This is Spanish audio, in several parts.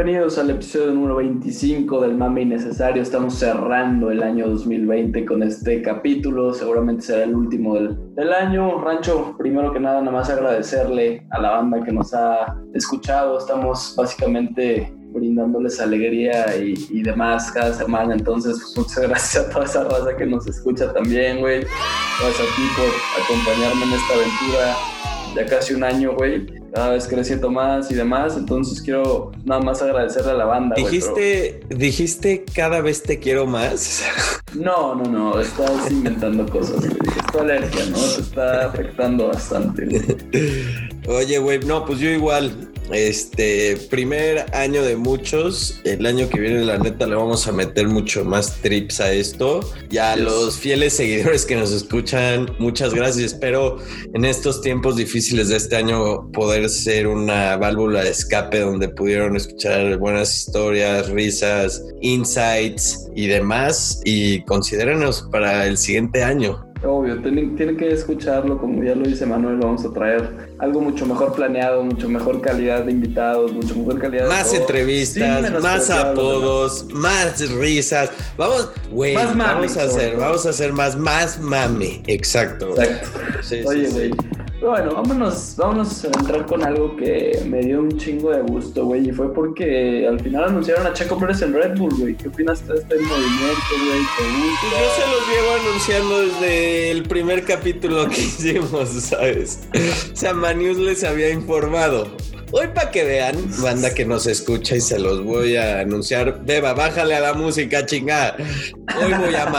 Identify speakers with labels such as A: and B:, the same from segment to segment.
A: bienvenidos al episodio número 25 del Mame Innecesario. Estamos cerrando el año 2020 con este capítulo, seguramente será el último del año. Rancho, primero que nada más agradecerle a la banda que nos ha escuchado. Estamos básicamente brindándoles alegría y demás cada semana, entonces pues, muchas gracias a toda esa raza que nos escucha también, güey. Gracias a ti por acompañarme en esta aventura ya casi un año, güey, cada vez creciendo más y demás, entonces quiero nada más agradecerle a la banda, güey.
B: ¿Dijiste cada vez te quiero más?
A: No, estás inventando cosas, güey. Es tu alergia, ¿no? Te está afectando bastante, güey.
B: Oye, güey, no, pues yo igual. Primer año de muchos. El año que viene, la neta, le vamos a meter mucho más trips a esto. Ya yes. Los fieles seguidores que nos escuchan, muchas gracias. Espero en estos tiempos difíciles de este año poder ser una válvula de escape donde pudieron escuchar buenas historias, risas, insights y demás. Y considérenos para el siguiente año.
A: Obvio, tienen que escucharlo, como ya lo dice Manuel, vamos a traer algo mucho mejor planeado, mucho mejor calidad de invitados, mucho mejor calidad de
B: más todo. Entrevistas, sí, más apodos, más risas. Vamos a hacer más mame. Exacto.
A: Sí, oye, güey. Bueno, vámonos a entrar con algo que me dio un chingo de gusto, güey, y fue porque al final anunciaron a Checo Pérez en Red Bull, güey. ¿Qué opinas de este movimiento, güey? ¿Te gusta?
B: Pues yo se los llevo anunciando desde el primer capítulo que hicimos, ¿sabes? O sea, Manius les había informado. Hoy para que vean, banda que nos escucha y se los voy a anunciar. Beba, bájale a la música, chingada. Hoy voy a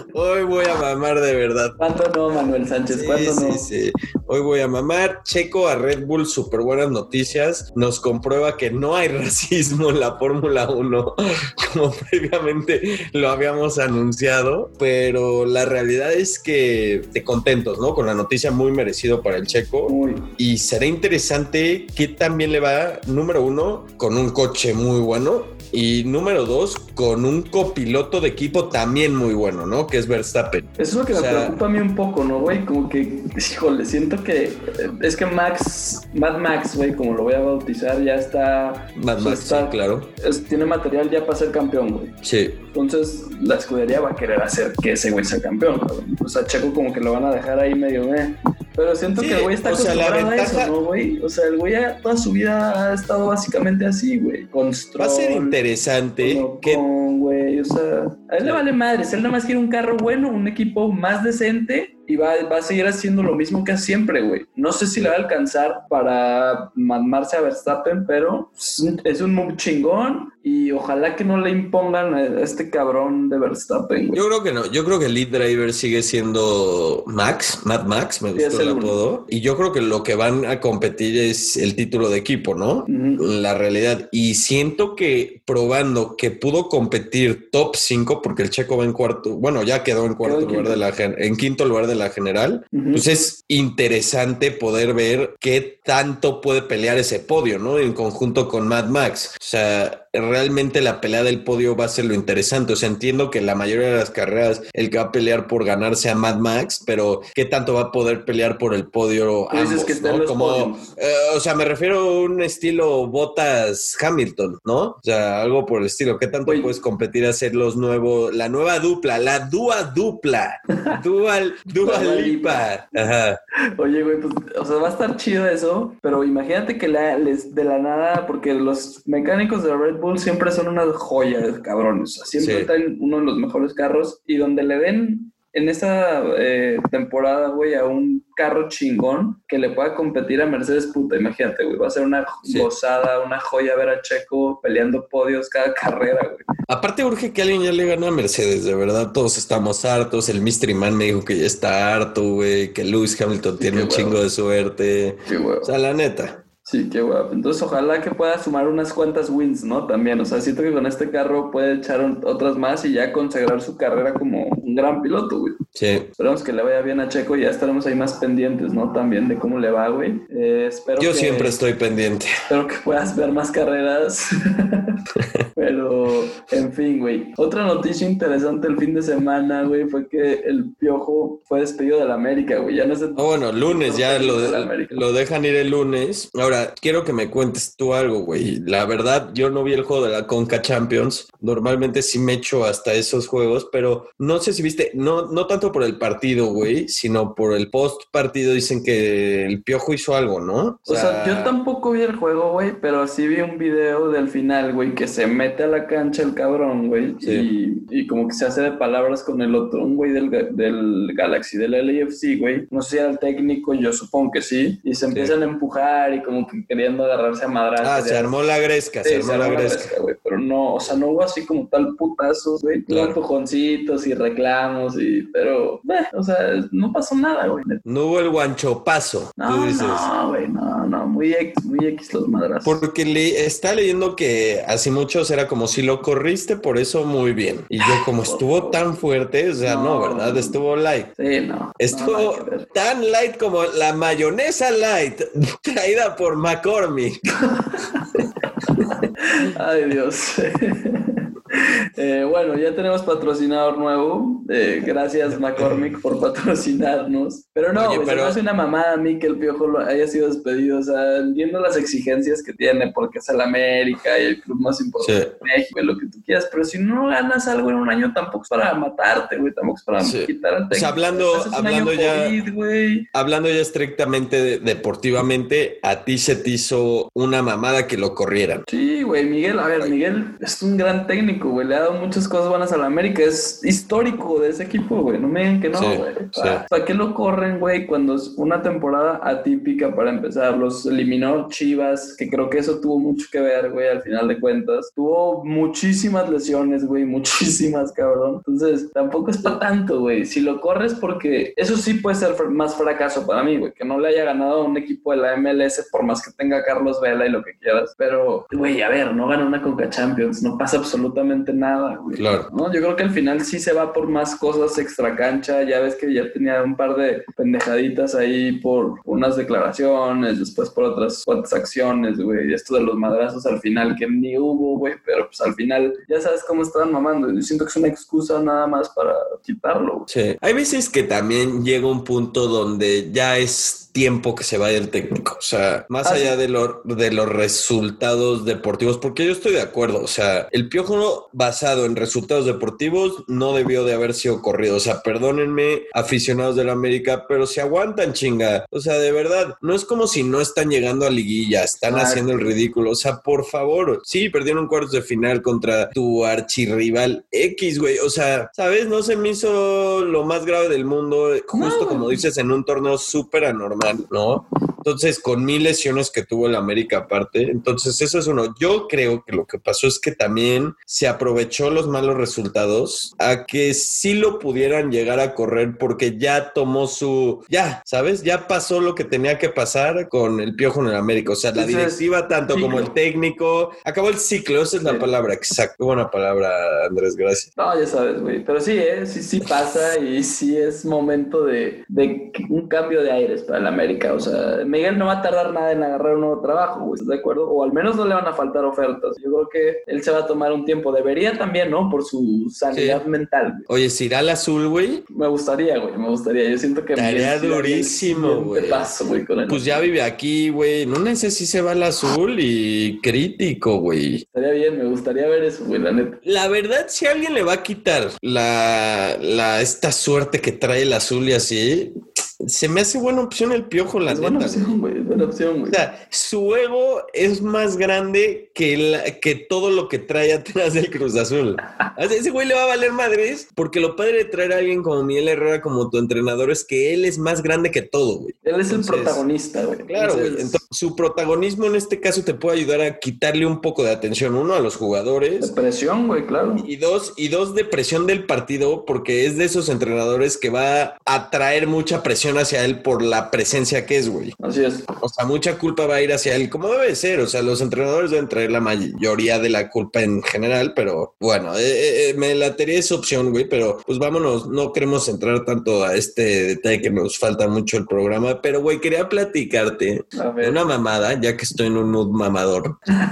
B: mamar de verdad.
A: ¿Cuánto no, Manuel Sánchez? ¿Cuánto no?
B: Sí. Hoy voy a mamar. Checo a Red Bull, súper buenas noticias. Nos comprueba que no hay racismo en la Fórmula 1, como previamente lo habíamos anunciado. Pero la realidad es que contentos, ¿no? Con la noticia, muy merecido para el Checo.
A: Uy.
B: Y será interesante que también le va, número uno, con un coche muy bueno. Y número 2, con un copiloto de equipo también muy bueno, ¿no? Que es Verstappen.
A: Eso es lo que me preocupa a mí un poco, ¿no, güey? Como que, híjole, siento que es que Mad Max, güey, como lo voy a bautizar, ya está...
B: Mad Max, sí, claro.
A: Tiene material ya para ser campeón, güey.
B: Sí.
A: Entonces, la escudería va a querer hacer que ese güey sea campeón, cabrón. O sea, Checo como que lo van a dejar ahí medio... Pero siento que el güey está acostumbrado a eso, ¿no, güey? O sea, el güey ya toda su vida ha estado básicamente así, güey. Con Stroll,
B: va a ser interesante.
A: Güey, o sea, a él le vale madres. Él nada más quiere un carro bueno, un equipo más decente y va a seguir haciendo lo mismo que hace siempre, güey. No sé si le va a alcanzar para mamarse a Verstappen, pero es un move chingón y ojalá que no le impongan a este cabrón de Verstappen, güey.
B: Yo creo que no. Yo creo que el lead driver sigue siendo Mad Max, me gustó el apodo. Y yo creo que lo que van a competir es el título de equipo, ¿no? Uh-huh. La realidad. Y siento que probando que pudo competir top 5, porque el Checo va en cuarto, bueno, ya quedó en quinto lugar de la general, uh-huh. Pues es interesante poder ver qué tanto puede pelear ese podio, ¿no? En conjunto con Mad Max. O sea, realmente la pelea del podio va a ser lo interesante. O sea, entiendo que la mayoría de las carreras el que va a pelear por ganarse a Mad Max, pero qué tanto va a poder pelear por el podio ambos, ¿no? Como, o sea, me refiero a un estilo Bottas-Hamilton, ¿no? O sea, algo por el estilo. ¿Qué tanto puedes competir a hacer la nueva dupla, la dupla, Dual Lipa? Ajá.
A: Oye, güey, pues, o sea, va a estar chido eso, pero imagínate que de la nada, porque los mecánicos de Red Bull siempre son una joya de cabrones, o sea, siempre están uno de los mejores carros y donde le den en esta temporada, güey, a un carro chingón que le pueda competir a Mercedes, puta, imagínate, güey, va a ser una gozada, una joya ver a Checo peleando podios cada carrera, güey.
B: Aparte urge que alguien ya le gane a Mercedes, de verdad, todos estamos hartos, el Mystery Man me dijo que ya está harto, güey, que Lewis Hamilton tiene un chingo de suerte, o sea, la neta.
A: Sí, qué guapo. Entonces, ojalá que pueda sumar unas cuantas wins, ¿no? También, o sea, siento que con este carro puede echar otras más y ya consagrar su carrera como un gran piloto, güey.
B: Sí.
A: Esperamos que le vaya bien a Checo y ya estaremos ahí más pendientes, ¿no? También de cómo le va, güey.
B: Yo siempre estoy pendiente.
A: Espero que puedas ver más carreras. Pero, en fin, güey. Otra noticia interesante el fin de semana, güey, fue que el Piojo fue despedido de la América, güey. Ya no sé.
B: Bueno, lunes, ya lo dejan ir el lunes. Ahora, Ahora, quiero que me cuentes tú algo, güey. La verdad, yo no vi el juego de la Conca Champions. Normalmente sí me echo hasta esos juegos, pero no sé si viste, no tanto por el partido, güey, sino por el post partido. Dicen que el Piojo hizo algo, ¿no?
A: O sea, yo tampoco vi el juego, güey, pero sí vi un video del final, güey, que se mete a la cancha el cabrón, güey, sí. y como que se hace de palabras con el otro, un güey del Galaxy, del LAFC, güey. No sé si era el técnico, yo supongo que sí, y se empiezan a empujar y como que queriendo agarrarse a madrazos.
B: Se armó la gresca,
A: sí, se armó la gresca, güey, pero no, o sea, no hubo así como tal putazos, güey, claro. Empujoncitos y reclamos, pero, o sea, no pasó nada, güey.
B: No hubo el guanchopazo, tú dices.
A: No, güey, no, muy X los madrazos.
B: Porque está leyendo que así muchos era como si lo corriste, por eso muy bien. Y yo como estuvo tan fuerte, o sea, no, ¿verdad? Estuvo light.
A: Sí, no.
B: Estuvo tan light como la mayonesa light traída por McCormick.
A: Ay, Dios. Bueno, ya tenemos patrocinador nuevo. Gracias, McCormick, por patrocinarnos. Pero no, se me hace una mamada a mí que el Piojo haya sido despedido. O sea, entiendo las exigencias que tiene porque es el América y el club más importante de México y lo que tú quieras. Pero si no ganas algo en un año, tampoco es para matarte, güey. Tampoco es para quitarte.
B: O sea, hablando ya estrictamente deportivamente, a ti se te hizo una mamada que lo corrieran.
A: Sí, güey, Miguel. A ver, Miguel es un gran técnico, güey, le ha dado muchas cosas buenas a la América, es histórico de ese equipo, güey, no me digan que no, güey. ¿Para qué lo corren, güey, cuando es una temporada atípica para empezar? Los eliminó Chivas, que creo que eso tuvo mucho que ver, güey, al final de cuentas. Tuvo muchísimas lesiones, güey, muchísimas, cabrón. Entonces, tampoco es para tanto, güey. Si lo corres porque eso sí puede ser más fracaso para mí, güey, que no le haya ganado a un equipo de la MLS por más que tenga Carlos Vela y lo que quieras. Pero, güey, a ver, no gana una Conca Champions, no pasa absolutamente nada, güey.
B: Claro.
A: ¿No? Yo creo que al final sí se va por más cosas extra cancha. Ya ves que ya tenía un par de pendejaditas ahí por unas declaraciones, después por otras cuantas acciones, güey. Y esto de los madrazos al final que ni hubo, güey, pero pues al final ya sabes cómo estaban mamando. Yo siento que es una excusa nada más para quitarlo, güey.
B: Sí. Hay veces que también llega un punto donde ya es tiempo que se vaya el técnico, o sea, más allá de los resultados deportivos, porque yo estoy de acuerdo, o sea, el Piojo basado en resultados deportivos no debió de haber sido corrido, o sea, perdónenme aficionados del América, pero se aguantan, chinga, o sea, de verdad, no es como si no están llegando a liguilla, están haciendo el ridículo, o sea, por favor, sí, perdieron cuartos de final contra tu archirrival X, güey, o sea, ¿sabes? No se me hizo lo más grave del mundo, justo como dices, en un torneo súper anormal, ¿no? Entonces, con 1000 lesiones que tuvo el América aparte, entonces eso es uno. Yo creo que lo que pasó es que también se aprovechó los malos resultados a que sí lo pudieran llegar a correr porque ya tomó ¿sabes? Ya pasó lo que tenía que pasar con el Piojo en el América. O sea, la directiva, tanto como el técnico, acabó el ciclo, esa es la palabra exacta. Qué buena palabra, Andrés, gracias.
A: No, ya sabes, güey, pero sí pasa y sí es momento de un cambio de aires para el América, o sea, Miguel no va a tardar nada en agarrar un nuevo trabajo, güey, ¿estás de acuerdo? O al menos no le van a faltar ofertas. Yo creo que él se va a tomar un tiempo. Debería también, ¿no? Por su sanidad mental, güey.
B: Oye, ¿se irá al azul, güey?
A: Me gustaría, güey, Yo siento que...
B: Estaría durísimo, güey. Pues ya vive aquí, güey. No sé si se va al azul y crítico, güey.
A: Estaría bien, me gustaría ver eso, güey, la neta.
B: La verdad, si alguien le va a quitar esta suerte que trae el azul y así... Se me hace buena opción el Piojo, la neta.
A: Buena opción, güey.
B: O sea, su ego es más grande que todo lo que trae atrás del Cruz Azul. O sea, ese güey le va a valer madres, porque lo padre de traer a alguien como Miguel Herrera como tu entrenador es que él es más grande que todo, güey.
A: Él es el protagonista, güey.
B: Claro, güey. Entonces, su protagonismo en este caso te puede ayudar a quitarle un poco de atención, uno, a los jugadores.
A: De presión, güey, claro.
B: Y dos, de presión del partido, porque es de esos entrenadores que va a traer mucha presión hacia él por la presencia que es, güey.
A: Así es.
B: O sea, mucha culpa va a ir hacia él, como debe ser. O sea, los entrenadores deben traer la mayoría de la culpa en general, pero bueno, me latería esa opción, güey, pero pues vámonos, no queremos entrar tanto a este detalle que nos falta mucho el programa, pero güey, quería platicarte de una mamada, ya que estoy en un mood mamador.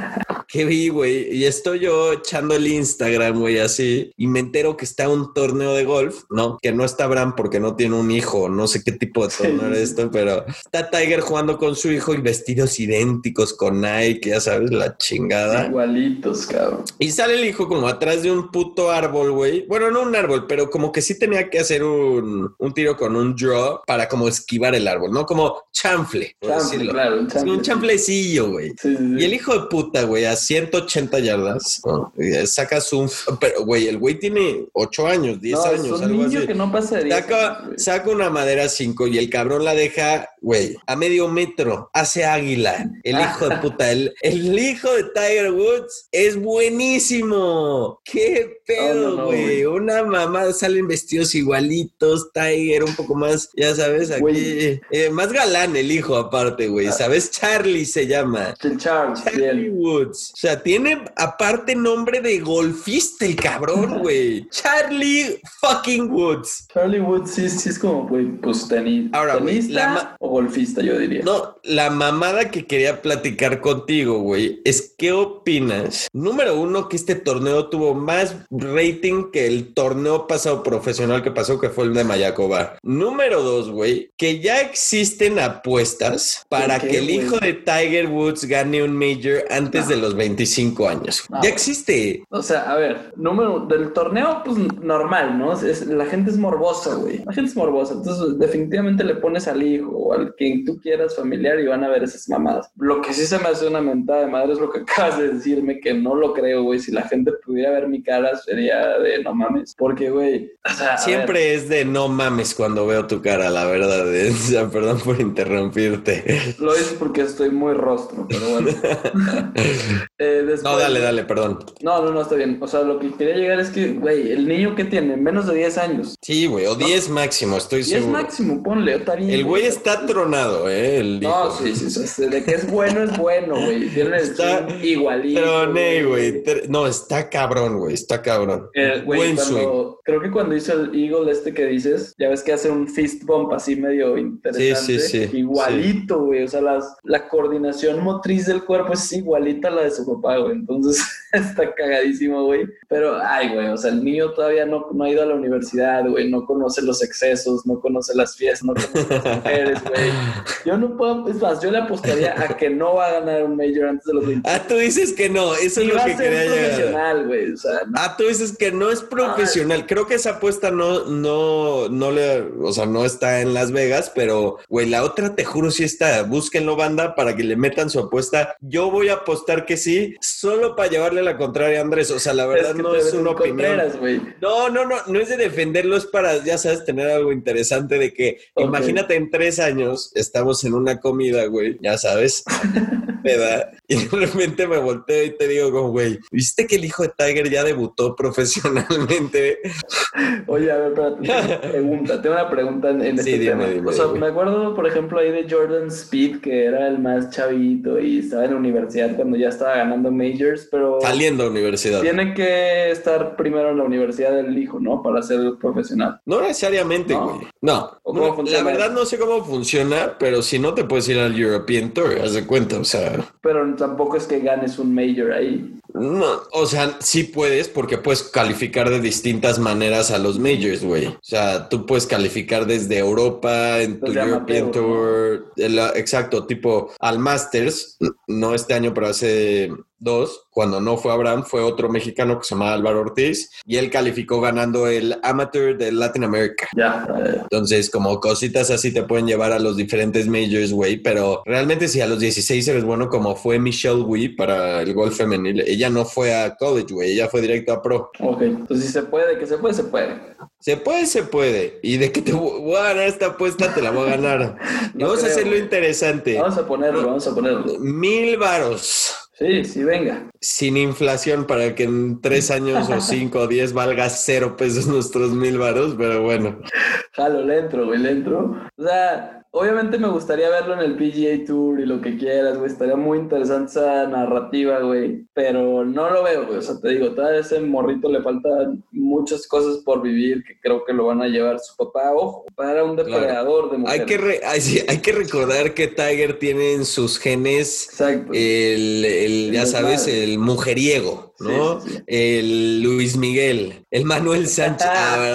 B: ¿Qué vi, güey? Y estoy yo echando el Instagram, güey, así, y me entero que está un torneo de golf, ¿no? Que no está Bram porque no tiene un hijo, no sé qué tipo de torneo es esto, pero está Tiger jugando con su hijo y vestidos idénticos con Nike, ya sabes, la chingada.
A: Igualitos, cabrón.
B: Y sale el hijo como atrás de un puto árbol, güey. Bueno, no un árbol, pero como que sí tenía que hacer un tiro con un draw para como esquivar el árbol, ¿no? Como chanfle, por decirlo.
A: Claro,
B: un chanflecillo, güey.
A: Sí.
B: Y el hijo de puta, güey, a 180 yardas, ¿no? Sacas un... Pero, güey, el güey tiene 8 años, 10 años,
A: es un niño así. Que no pasa de 10
B: saca una madera 5 y el cabrón la deja, güey, a medio metro. Hace águila. El hijo de puta. El hijo de Tiger Woods es buenísimo. ¡Qué pedo, güey! Una mamá, salen vestidos igualitos, Tiger, un poco más, ya sabes, aquí... más galán el hijo, aparte, güey, ¿sabes? Charlie se llama. Charlie Woods. O sea, tiene aparte nombre de golfista el cabrón, güey. Charlie fucking Woods.
A: Charlie Woods sí es como, güey, pues tenista o golfista, yo diría.
B: No, la mamada que quería platicar contigo, güey, es ¿qué opinas? Número uno, que este torneo tuvo más rating que el torneo pasado profesional que pasó, que fue el de Mayakoba. Número dos, güey, que ya existen apuestas para que el hijo de Tiger Woods gane un major antes de los 25 años. Ya existe.
A: O sea, a ver, número del torneo, pues normal, ¿no? La gente es morbosa, güey. La gente es morbosa. Entonces, definitivamente le pones al hijo o al quien tú quieras familiar y van a ver esas mamadas. Lo que sí se me hace una mentada de madre es lo que acabas de decirme, que no lo creo, güey. Si la gente pudiera ver mi cara, sería de no mames. Porque, güey, o sea,
B: siempre es de no mames cuando veo tu cara, la verdad. O sea, perdón por interrumpirte.
A: Lo dices porque estoy muy rostro, pero bueno.
B: Después, no, dale, perdón.
A: No, está bien. O sea, lo que quería llegar es que, güey, el niño que tiene menos de 10 años.
B: Sí, güey, o 10 máximo, estoy 10 seguro.
A: 10 máximo, ponle, está bien.
B: El güey está tronado, el
A: no, sí, de que es bueno, güey. Tiene
B: está
A: igualito.
B: Troné, güey. No, está cabrón, güey, está cabrón.
A: Buen swing. Creo que cuando hizo el Eagle que dices, ya ves que hace un fist bump así medio interesante.
B: Sí.
A: Igualito, güey. O sea, la coordinación motriz del cuerpo es igualita a la de su papá, güey. Entonces, está cagadísimo, güey. Pero, ay, güey, o sea, el niño todavía no ha ido a la universidad, güey. No conoce los excesos, no conoce las fiestas, no conoce las mujeres, güey. Yo no puedo, es más, yo le apostaría a que no va a ganar un major antes de los 20.
B: Ah, tú dices que no, eso es lo que quería llegar.
A: Profesional, güey, o sea, no.
B: Tú dices que no es profesional. Creo que esa apuesta no está en Las Vegas, pero, güey, la otra te juro sí está. Búsquenlo, banda, para que le metan su apuesta. Yo voy a apostar que sí, solo para llevarle la contraria a Andrés. O sea, la verdad no es una opinión. No es de defenderlo, es para, ya sabes, tener algo interesante de que, imagínate en 3 años, estamos en una comida, güey, ya sabes, peda, y de repente me volteo y te digo como, güey, ¿viste que el hijo de Tiger ya debutó profesionalmente?
A: Oye, a ver, espérate, tengo una pregunta en este tema. O sea, me acuerdo, por ejemplo, ahí de Jordan Speed, que era el más chavito y estaba en la universidad cuando ya estaba ganando majors, pero...
B: Saliendo a la universidad.
A: Tiene que estar primero en la universidad del hijo, ¿no? Para ser profesional.
B: No necesariamente, güey. No. La verdad no sé cómo funciona, pero si no te puedes ir al European Tour, haz de cuenta, o sea...
A: Pero tampoco es que ganes un major ahí.
B: No, o sea, sí puedes porque puedes calificar de distintas maneras a los majors, güey. O sea, tú puedes calificar desde Europa en tu European Tour. ¿No? Exacto, tipo al Masters, no este año, pero hace 2, cuando no fue Abraham, fue otro mexicano que se llamaba Álvaro Ortiz y él calificó ganando el Amateur de Latin America.
A: Ya.
B: Entonces, como cositas así te pueden llevar a los diferentes majors, güey, pero realmente si a los 16 eres bueno, como fue Michelle Wie para el golf femenil, ella no fue a college, güey, ella fue directo a pro.
A: Ok, entonces si se puede, que se puede, se puede.
B: Se puede. Y de que te voy a ganar esta apuesta, te la voy a ganar. Vamos a hacerlo interesante.
A: Vamos a ponerlo.
B: 1,000 varos.
A: Sí, venga.
B: Sin inflación para que en 3 años o 5 o 10 valga 0 pesos nuestros 1,000 varos, pero bueno.
A: Jalo, le entro. O sea, obviamente me gustaría verlo en el PGA Tour y lo que quieras, güey. Estaría muy interesante esa narrativa, güey. Pero no lo veo, güey. O sea, te digo, todavía a ese morrito le faltan muchas cosas por vivir que creo que lo van a llevar su papá. Ojo, para un depredador de mujeres.
B: Hay que recordar que Tiger tiene en sus genes ya sabes, el mujeriego, ¿no? Sí. El Luis Miguel, el Manuel Sánchez.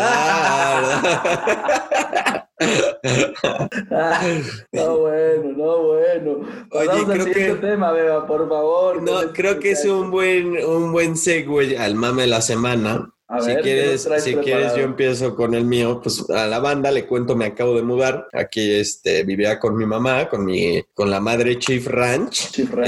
A: No bueno. Pasamos al siguiente tema, Beba, por favor.
B: No, creo que es un buen segue al mame de la semana. Si quieres, yo empiezo con el mío. Pues a la banda le cuento, me acabo de mudar. Aquí vivía con mi mamá, con la madre Chief Ranch.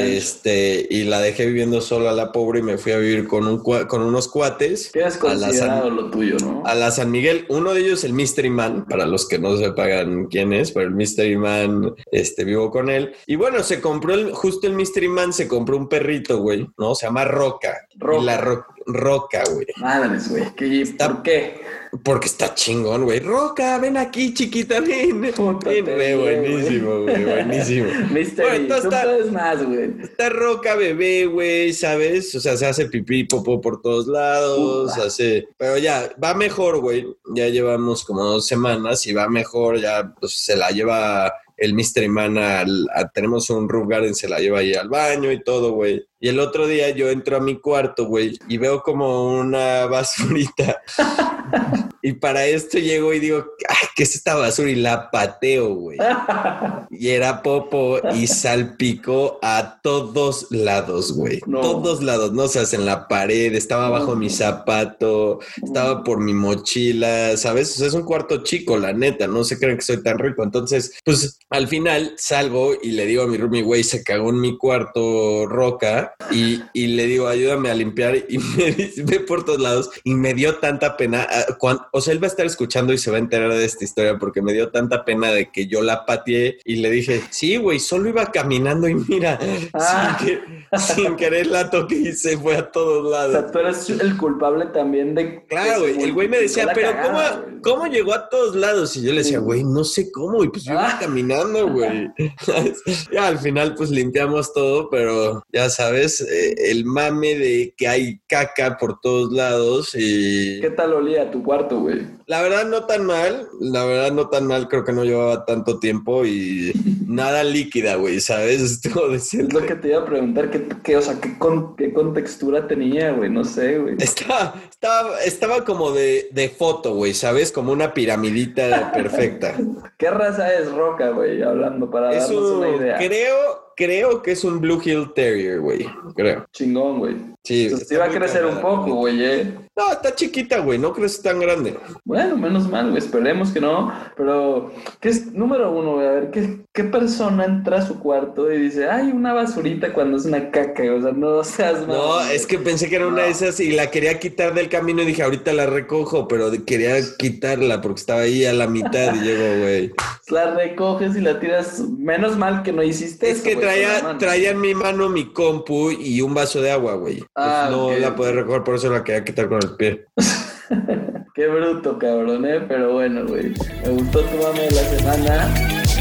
B: Y la dejé viviendo sola a la pobre y me fui a vivir con unos cuates.
A: ¿Qué es considerado lo tuyo, no?
B: A la San Miguel. Uno de ellos, el Mystery Man, para los que no sepan quién es, pero el Mystery Man, vivo con él. Y bueno, se compró justo el Mystery Man se compró un perrito, güey, ¿no? Se llama Roca. Y la Roca, güey.
A: Madres, güey. ¿Por qué?
B: Porque está chingón, güey. Roca, ven aquí, chiquita, ven. Buenísimo, güey, buenísimo.
A: Mystery, tú puedes más, güey.
B: Está Roca, bebé, güey, ¿sabes? O sea, se hace pipí y popó por todos lados, Pero ya, va mejor, güey. Ya llevamos como 2 semanas y va mejor, ya, pues, se la lleva el Mystery Man tenemos un roof garden, se la lleva ahí al baño y todo, güey. Y el otro día yo entro a mi cuarto, güey, y veo como una basurita. Y para esto llego y digo, ay, ¿qué es esta basura? Y la pateo, güey. Y era popo y salpicó a todos lados, güey. No. Todos lados, ¿no? O sea, en la pared, estaba bajo mi zapato, estaba por mi mochila, ¿sabes? O sea, es un cuarto chico, la neta, no se creen que soy tan rico. Entonces, pues, al final salgo y le digo a mi roomie, güey, se cagó en mi cuarto Roca. Y le digo, ayúdame a limpiar, y me dice, ve por todos lados, y me dio tanta pena, o sea, él va a estar escuchando y se va a enterar de esta historia, porque me dio tanta pena de que yo la pateé, y le dije, sí, güey, solo iba caminando y mira, sin querer la toqué y se fue a todos lados.
A: O sea, tú eres el culpable también de...
B: Claro, güey, el güey me decía, pero ¿cómo llegó a todos lados? Y yo le decía, güey, no sé cómo, y pues yo iba caminando, güey. Ya al final, pues limpiamos todo, pero ya sabes, el mame de que hay caca por todos lados y...
A: ¿Qué tal olía tu cuarto, güey?
B: La verdad no tan mal, creo que no llevaba tanto tiempo y nada líquida, güey, ¿sabes?
A: Es lo que te iba a preguntar, ¿qué contextura tenía, güey? No sé, güey.
B: Estaba como de foto, güey, ¿sabes? Como una piramidita perfecta.
A: ¿Qué raza es Roca, güey? Hablando, para darnos una idea.
B: Creo que es un Blue Hill Terrier, güey. Creo.
A: Chingón, güey.
B: Sí.
A: Entonces te iba a crecer un poco, güey,
B: No, está chiquita, güey. No crece tan grande.
A: Bueno, menos mal, güey. Esperemos que no. Pero, ¿qué es? Número 1, güey. A ver, ¿qué persona entra a su cuarto y dice, ay, una basurita cuando es una caca? O sea, no seas mal.
B: No, es que pensé que era una de esas y la quería quitar del camino y dije, ahorita la recojo, pero quería quitarla porque estaba ahí a la mitad y llegó, güey.
A: La recoges y la tiras. Menos mal que no hiciste
B: eso, que traía en mi mano mi compu y un vaso de agua, güey. No okay. La podía recoger, por eso la quería quitar con el pie.
A: Qué bruto, cabrón, pero bueno, güey. Me gustó tu mame de la semana.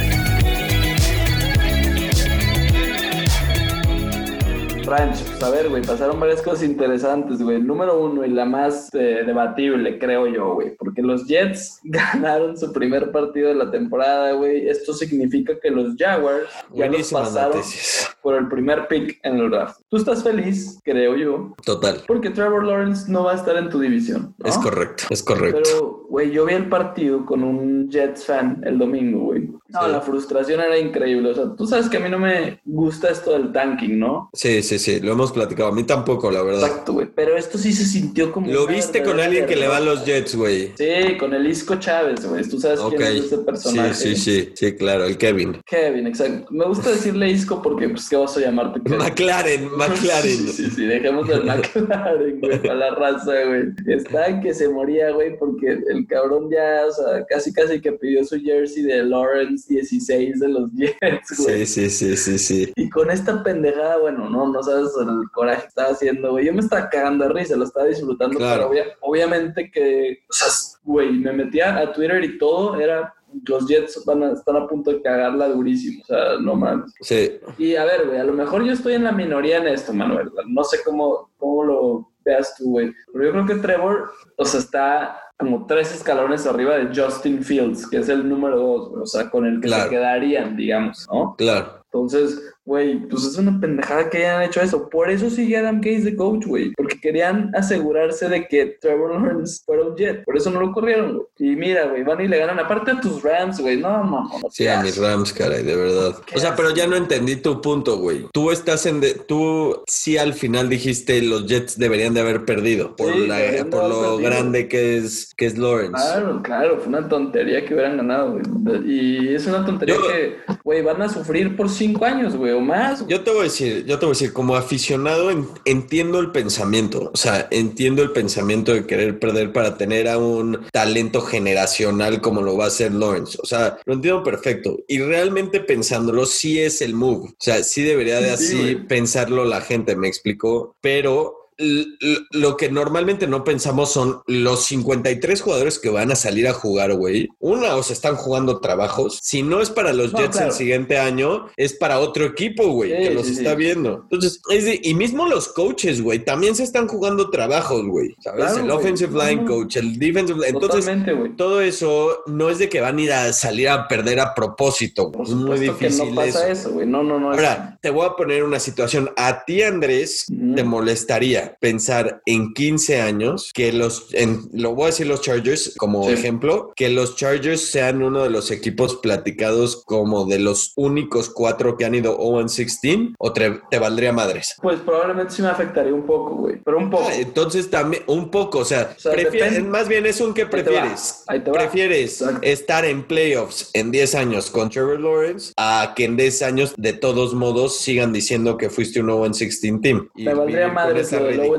A: Ranch, pues a ver, güey, pasaron varias cosas interesantes, güey. El número 1 y la más debatible, creo yo, güey, porque los Jets ganaron su primer partido de la temporada, güey. Esto significa que los Jaguars ya los pasaron por el primer pick en el draft. Tú estás feliz, creo yo.
B: Total.
A: Porque Trevor Lawrence no va a estar en tu división, ¿no?
B: Es correcto.
A: Pero, güey, yo vi el partido con un Jets fan el domingo, güey. No, sí. La frustración era increíble. O sea, tú sabes que a mí no me gusta esto del tanking, ¿no?
B: Sí. Lo hemos platicado. A mí tampoco, la verdad.
A: Exacto, güey. Pero esto sí se sintió como...
B: ¿Lo viste con alguien que le va a los Jets, güey?
A: Sí, con el Isco Chávez, güey. Tú sabes quién es ese personaje.
B: Sí, claro. El Kevin,
A: exacto. Me gusta decirle Isco porque, pues, ¿qué vas a llamarte?
B: McLaren.
A: Sí. Dejemos el McLaren, güey, para la raza, güey. Está que se moría, güey, porque el cabrón ya, o sea, casi que pidió su jersey de Lawrence 16 de los Jets, güey.
B: Sí.
A: Y con esta pendejada, bueno, no sabes el coraje que estaba haciendo, güey. Yo me estaba cagando de risa, lo estaba disfrutando, claro. Pero obviamente que, o sea, güey, me metía a Twitter y todo era los Jets están a punto de cagarla durísimo, o sea, no mames.
B: Sí.
A: Y a ver, güey, a lo mejor yo estoy en la minoría en esto, Manuel, no sé cómo lo veas tú, güey, pero yo creo que Trevor, o sea, está como 3 escalones arriba de Justin Fields, que es el número 2, o sea, con el que se quedarían, digamos, ¿no?
B: Claro.
A: Entonces, güey, pues es una pendejada que hayan hecho eso. Por eso sigue Adam Gase de coach, güey. Porque querían asegurarse de que Trevor Lawrence fuera un Jet. Por eso no lo corrieron, güey. Y mira, güey, van y le ganan. Aparte a tus Rams, güey. No.
B: Sí, a mis Rams, caray, de verdad. O sea, pero ya no entendí tu punto, güey. Tú estás tú sí al final dijiste los Jets deberían de haber perdido por lo grande que es Lawrence.
A: Claro. Fue una tontería que hubieran ganado, güey. Y es una tontería que, güey, van a sufrir por 5 años, güey, o más. Güey.
B: Yo te voy a decir, como aficionado entiendo el pensamiento, o sea, entiendo el pensamiento de querer perder para tener a un talento generacional como lo va a hacer Lawrence, o sea, lo entiendo perfecto y realmente pensándolo sí es el move, o sea, sí debería de así pensarlo la gente, me explicó, pero lo que normalmente no pensamos son los 53 jugadores que van a salir a jugar, güey. O se están jugando trabajos. Si no es para los Jets el siguiente año, es para otro equipo, güey, que los está viendo. Entonces, y mismo los coaches, güey, también se están jugando trabajos, güey. ¿Sabes? Claro, el offensive line coach, el defensive line. Entonces, todo eso no es de que van a ir a salir a perder a propósito.
A: Por supuesto, muy difícil que no pasa eso, güey. No.
B: Ahora, te voy a poner una situación. A ti, Andrés, te molestaría pensar en 15 años que lo voy a decir los Chargers como ejemplo, que los Chargers sean uno de los equipos platicados como de los únicos 4 que han ido 0-16 o te valdría madres.
A: Pues probablemente sí me afectaría un poco, güey, pero un poco.
B: Entonces también un poco, o sea más bien es un que prefieres.
A: Ahí te va.
B: Prefieres estar en playoffs en 10 años con Trevor Lawrence a que en 10 años de todos modos sigan diciendo que fuiste un 0-16 team.
A: Me valdría madres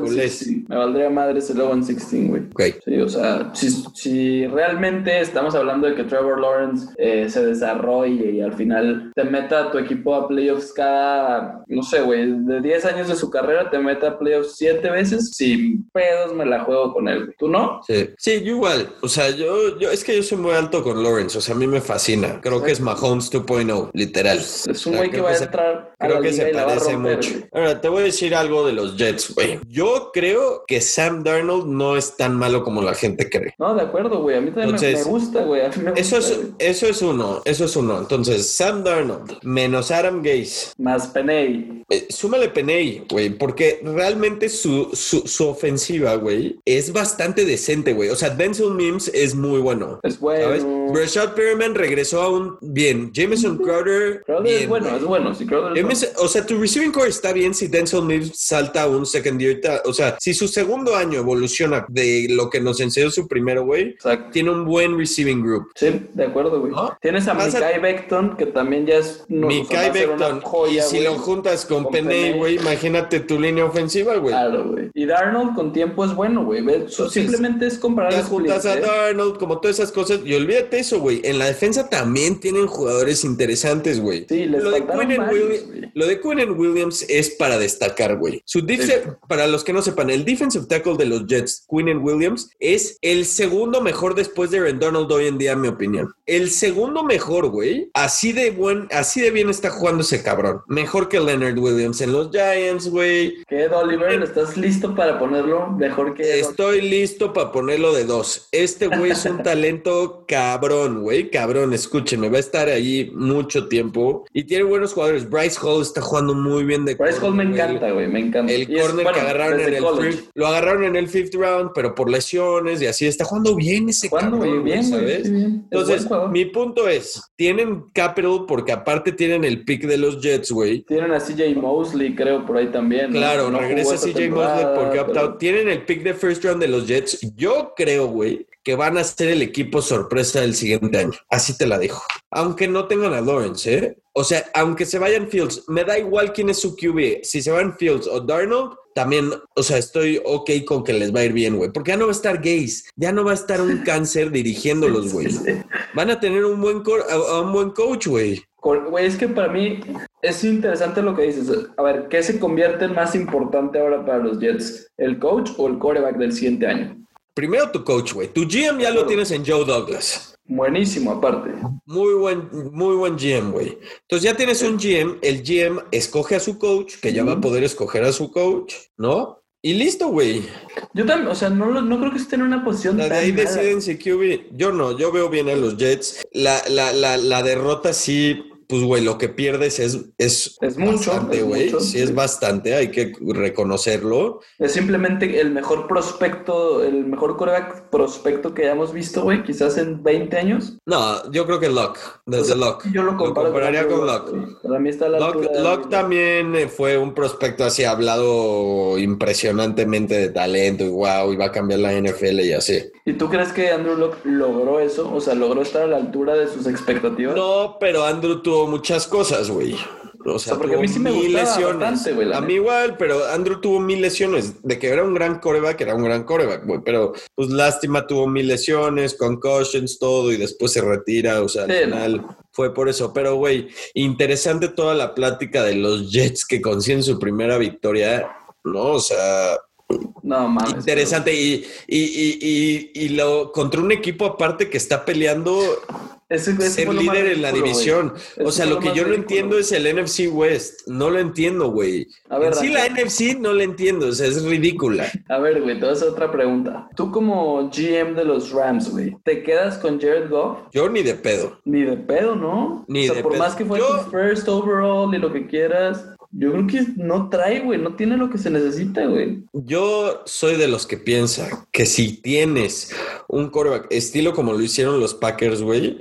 A: me valdría madres el 0-16, güey.
B: Okay.
A: Sí, o sea, si realmente estamos hablando de que Trevor Lawrence se desarrolle y al final te meta a tu equipo a playoffs cada, no sé, güey, de 10 años de su carrera te meta a playoffs 7 veces, sin pedos me la juego con él. ¿Tú no?
B: Sí, yo igual. O sea, yo es que yo soy muy alto con Lawrence. O sea, a mí me fascina. Creo que es Mahomes 2.0, literal.
A: Es un güey que va a entrar a
B: creo
A: la
B: que
A: liga
B: se
A: y la va a
B: parece
A: romper,
B: mucho.
A: Güey.
B: Ahora, te voy a decir algo de los Jets, güey. Yo creo que Sam Darnold no es tan malo como la gente cree.
A: No, de acuerdo, güey. A mí también me gusta, güey.
B: Eso es uno. Entonces, Sam Darnold menos Adam Gase.
A: Más Penei.
B: Súmale Penei, güey, porque realmente su ofensiva, güey, es bastante decente, güey. O sea, Denzel Mims es muy bueno.
A: Es bueno. ¿Sabes?
B: Rashad Perriman regresó a un bien. Jamison Crowder bien,
A: es bueno, es bueno. Sí, Crowder es bueno.
B: O sea, tu receiving core está bien si Denzel Mims salta a un second year. O sea, si su segundo año evoluciona de lo que nos enseñó su primero, güey, tiene un buen receiving group.
A: Sí, de acuerdo, güey. ¿Oh? Tienes a Mekhi Becton, que también ya es...
B: Mekhi Becton. Joya, y si lo juntas con Penei, güey, imagínate tu línea ofensiva, güey.
A: Claro, güey. Y Darnold con tiempo es bueno, güey. Simplemente es comparar...
B: Ya juntas a Darnold, como todas esas cosas. Y olvídate eso, güey. En la defensa también tienen jugadores interesantes, güey.
A: Sí, lo de
B: Quinnen Williams es para destacar, güey. Para los que no sepan, el defensive tackle de los Jets, Quinnen Williams, es el segundo mejor después de Aaron Donald hoy en día, en mi opinión. El segundo mejor, güey. Así de bien está jugando ese cabrón. Mejor que Leonard Williams en los Giants, güey.
A: ¿Qué, Oliver? ¿Estás listo para ponerlo mejor que...
B: Estoy listo para ponerlo de 2. Este güey es un talento cabrón, güey. Cabrón, escúchenme. Va a estar ahí mucho tiempo. Y tiene buenos jugadores. Bryce Hall está jugando muy bien de
A: Bryce Hall me encanta, güey. Me encanta.
B: El corner que agarraron lo agarraron en el 5th round, pero por lesiones y así. Está jugando bien ese cabrón,
A: bien,
B: ¿sabes?
A: Bien.
B: Entonces, mi punto es, tienen capital porque aparte tienen el pick de los Jets, güey.
A: Tienen a CJ Mosley, creo, por ahí también.
B: Claro, no regresa CJ Mosley porque opt-out. Tienen el pick de first round de los Jets. Yo creo, güey, que van a ser el equipo sorpresa del siguiente año. Así te la dejo. Aunque no tengan a Lawrence, ¿eh? O sea, aunque se vayan Fields, me da igual quién es su QB. Si se van Fields o Darnold, también, o sea, estoy ok con que les va a ir bien, güey. Porque ya no va a estar Gase. Ya no va a estar un cáncer dirigiéndolos, güey. Van a tener un buen coach, güey.
A: Güey, es que para mí es interesante lo que dices. A ver, ¿qué se convierte en más importante ahora para los Jets? ¿El coach o el quarterback del siguiente año?
B: Primero tu coach, güey. Tu GM ya lo tienes en Joe Douglas.
A: Buenísimo, aparte.
B: Muy buen GM, güey. Entonces ya tienes un GM, el GM escoge a su coach, que ya va a poder escoger a su coach, ¿no? Y listo, güey.
A: Yo también, o sea, no creo que esté en una posición
B: De
A: tan
B: ahí
A: mala.
B: deciden si QB. Yo veo bien a los Jets. La derrota sí, pues, güey, lo que pierdes es bastante, güey. Sí, es bastante, hay que reconocerlo.
A: Es simplemente el mejor prospecto, el mejor quarterback prospecto que hayamos visto, güey, quizás en 20 años.
B: No, yo creo que Luck, desde Luck.
A: Yo lo
B: compararía con Luck.
A: Para mí está a la altura.
B: Luck también fue un prospecto así, hablado impresionantemente de talento y wow, iba a cambiar la NFL y así.
A: ¿Y tú crees que Andrew Luck logró eso? O sea, ¿logró estar a la altura de sus expectativas?
B: No, pero Andrew tuvo muchas cosas, güey. O sea,
A: porque a mí sí me gustaba lesiones. Bastante, güey.
B: A mí igual, pero Andrew tuvo 1000 lesiones. De que era un gran quarterback, güey. Pero, pues, lástima, tuvo 1000 lesiones, concussions, todo, y después se retira. O sea, al final fue por eso. Pero, güey, interesante toda la plática de los Jets que consiguen su primera victoria, ¿no? O sea...
A: No mames.
B: Interesante. Y lo contra un equipo aparte que está peleando... ser líder en la división. O sea, lo que yo no entiendo es el NFC West. No lo entiendo, güey. Sí, la NFC no la entiendo. O sea, es ridícula.
A: A ver, güey, te voy a hacer otra pregunta. Tú como GM de los Rams, güey, ¿te quedas con Jared Goff?
B: Yo ni de pedo.
A: Ni de pedo, ¿no?
B: Ni de pedo.
A: Por más que fue tu first overall y lo que quieras... Yo creo que no trae, güey, no tiene lo que se necesita, güey.
B: Yo soy de los que piensa que si tienes un quarterback estilo como lo hicieron los Packers, güey,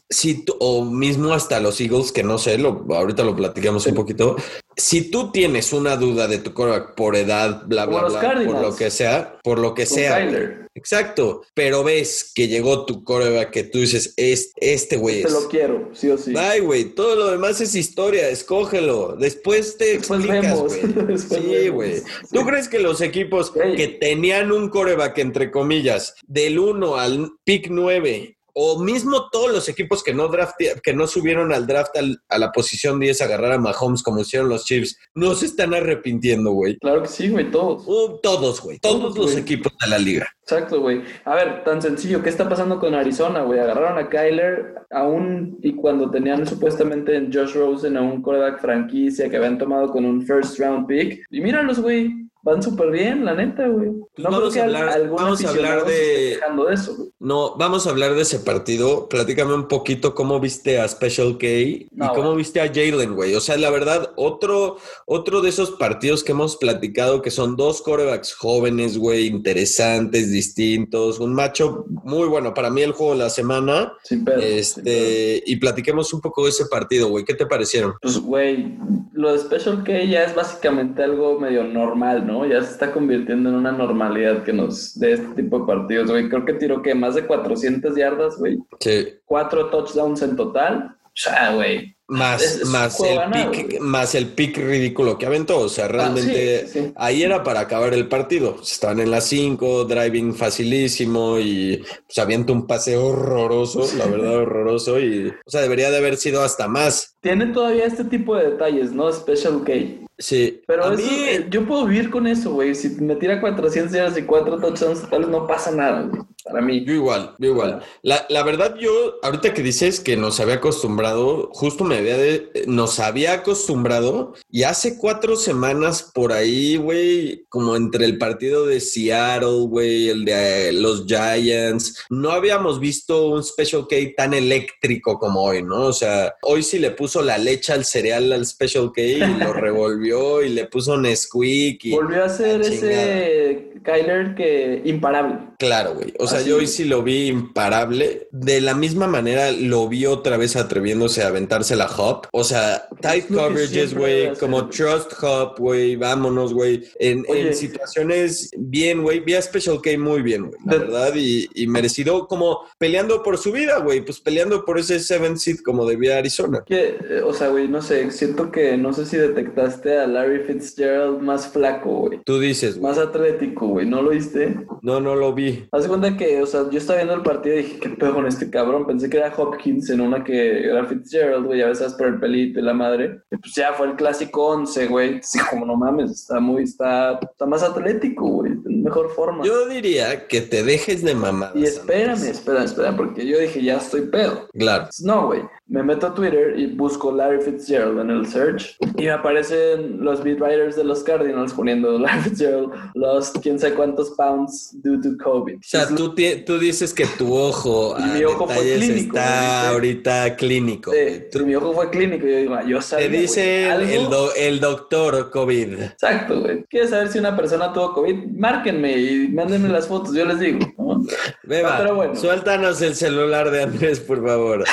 B: o mismo hasta los Eagles, que no sé, ahorita lo platicamos un poquito. Si tú tienes una duda de tu quarterback por edad, bla, bla, bla, por lo que sea. Exacto, pero ves que llegó tu quarterback que tú dices, este güey es.
A: Lo quiero, sí o sí.
B: Ay, güey, todo lo demás es historia, escógelo. Después te explicas, güey. Sí, güey. ¿Tú crees que los equipos que tenían un quarterback, entre comillas, del 1 al pick 9, o mismo todos los equipos que no subieron al draft a la posición 10 a agarrar a Mahomes como hicieron los Chiefs, no se están arrepintiendo, güey?
A: Claro que sí, güey, todos.
B: Todos, güey. Todos los equipos de la liga.
A: Exacto, güey. A ver, tan sencillo. ¿Qué está pasando con Arizona, güey? Agarraron a Kyler aún y cuando tenían supuestamente en Josh Rosen a un quarterback franquicia que habían tomado con un first round pick. Y míralos, güey. Van súper bien, la neta, güey.
B: No vamos a hablar de
A: eso, güey.
B: No, vamos a hablar de ese partido. Platícame un poquito cómo viste a Special K y cómo viste a Jalen, güey. O sea, la verdad, otro de esos partidos que hemos platicado que son dos quarterbacks jóvenes, güey, interesantes, distintos. Un matchup muy bueno. Para mí el juego de la semana.
A: Sin pedo.
B: Y platiquemos un poco de ese partido, güey. ¿Qué te parecieron?
A: Pues, güey, lo de Special K ya es básicamente algo medio normal, ¿no? Ya se está convirtiendo en una normalidad que nos dé este tipo de partidos, güey. Creo que tiró que más de 400 yardas, güey.
B: Sí.
A: 4 touchdowns en total. O sea, güey.
B: Más el pick ridículo que aventó. O sea, realmente ahí era para acabar el partido. Estaban en las 5, driving facilísimo y pues avienta un pase horroroso, la verdad horroroso. Y, o sea, debería de haber sido hasta más.
A: Tiene todavía este tipo de detalles, ¿no? Special K.
B: Sí.
A: Pero yo puedo vivir con eso, güey. Si me tira 400 yardas y 4 touchdowns totales, no pasa nada, güey. Para mí.
B: Yo igual. La verdad, yo, ahorita que dices que nos había acostumbrado, justo nos había acostumbrado, y hace 4 semanas por ahí, güey, como entre el partido de Seattle, güey, el de los Giants, no habíamos visto un Special K tan eléctrico como hoy, ¿no? O sea, hoy sí le puso la leche al cereal al Special K y lo revolvió y le puso Nesquik.
A: Volvió a ser ese Kyler que imparable.
B: Claro, güey. O sea, yo hoy sí lo vi imparable. De la misma manera lo vi otra vez atreviéndose a aventarse la hop. O sea, tight coverages, güey, como trust hop, güey, vámonos, güey. En situaciones bien, güey. Vi a Special K muy bien, güey, la verdad. Y merecido como peleando por su vida, güey. Pues peleando por ese 7th seed como debía Arizona.
A: O sea, güey, no sé. Siento que no sé si detectaste a Larry Fitzgerald más flaco, güey.
B: Tú dices, güey.
A: Más atlético, güey. ¿No lo viste?
B: No lo vi.
A: Haz de cuenta que, o sea, yo estaba viendo el partido y dije, ¿qué pedo con este cabrón? Pensé que era Hopkins en una que era Fitzgerald, güey, a veces por el pelito y la madre. Y pues ya fue el clásico 11, güey. Sí, como no mames, está más atlético, güey. mejor forma.
B: Yo diría que te dejes de mamadas.
A: Y espérame, porque yo dije, ya estoy pedo.
B: Claro.
A: No, güey. Me meto a Twitter y busco Larry Fitzgerald en el search y me aparecen los beat writers de los Cardinals poniendo Larry Fitzgerald lost quién sabe cuántos pounds due to COVID.
B: O sea, tú dices que tu ojo a
A: mi ojo fue clínico,
B: está ahorita clínico.
A: Sí, mi ojo fue clínico. Yo digo, yo sabía,
B: te dice el doctor COVID.
A: Exacto, güey. ¿Quieres saber si una persona tuvo COVID? Márquenme y mándenme las fotos, yo les digo, ¿no?
B: Beba, pero bueno. Suéltanos el celular de Andrés, por favor.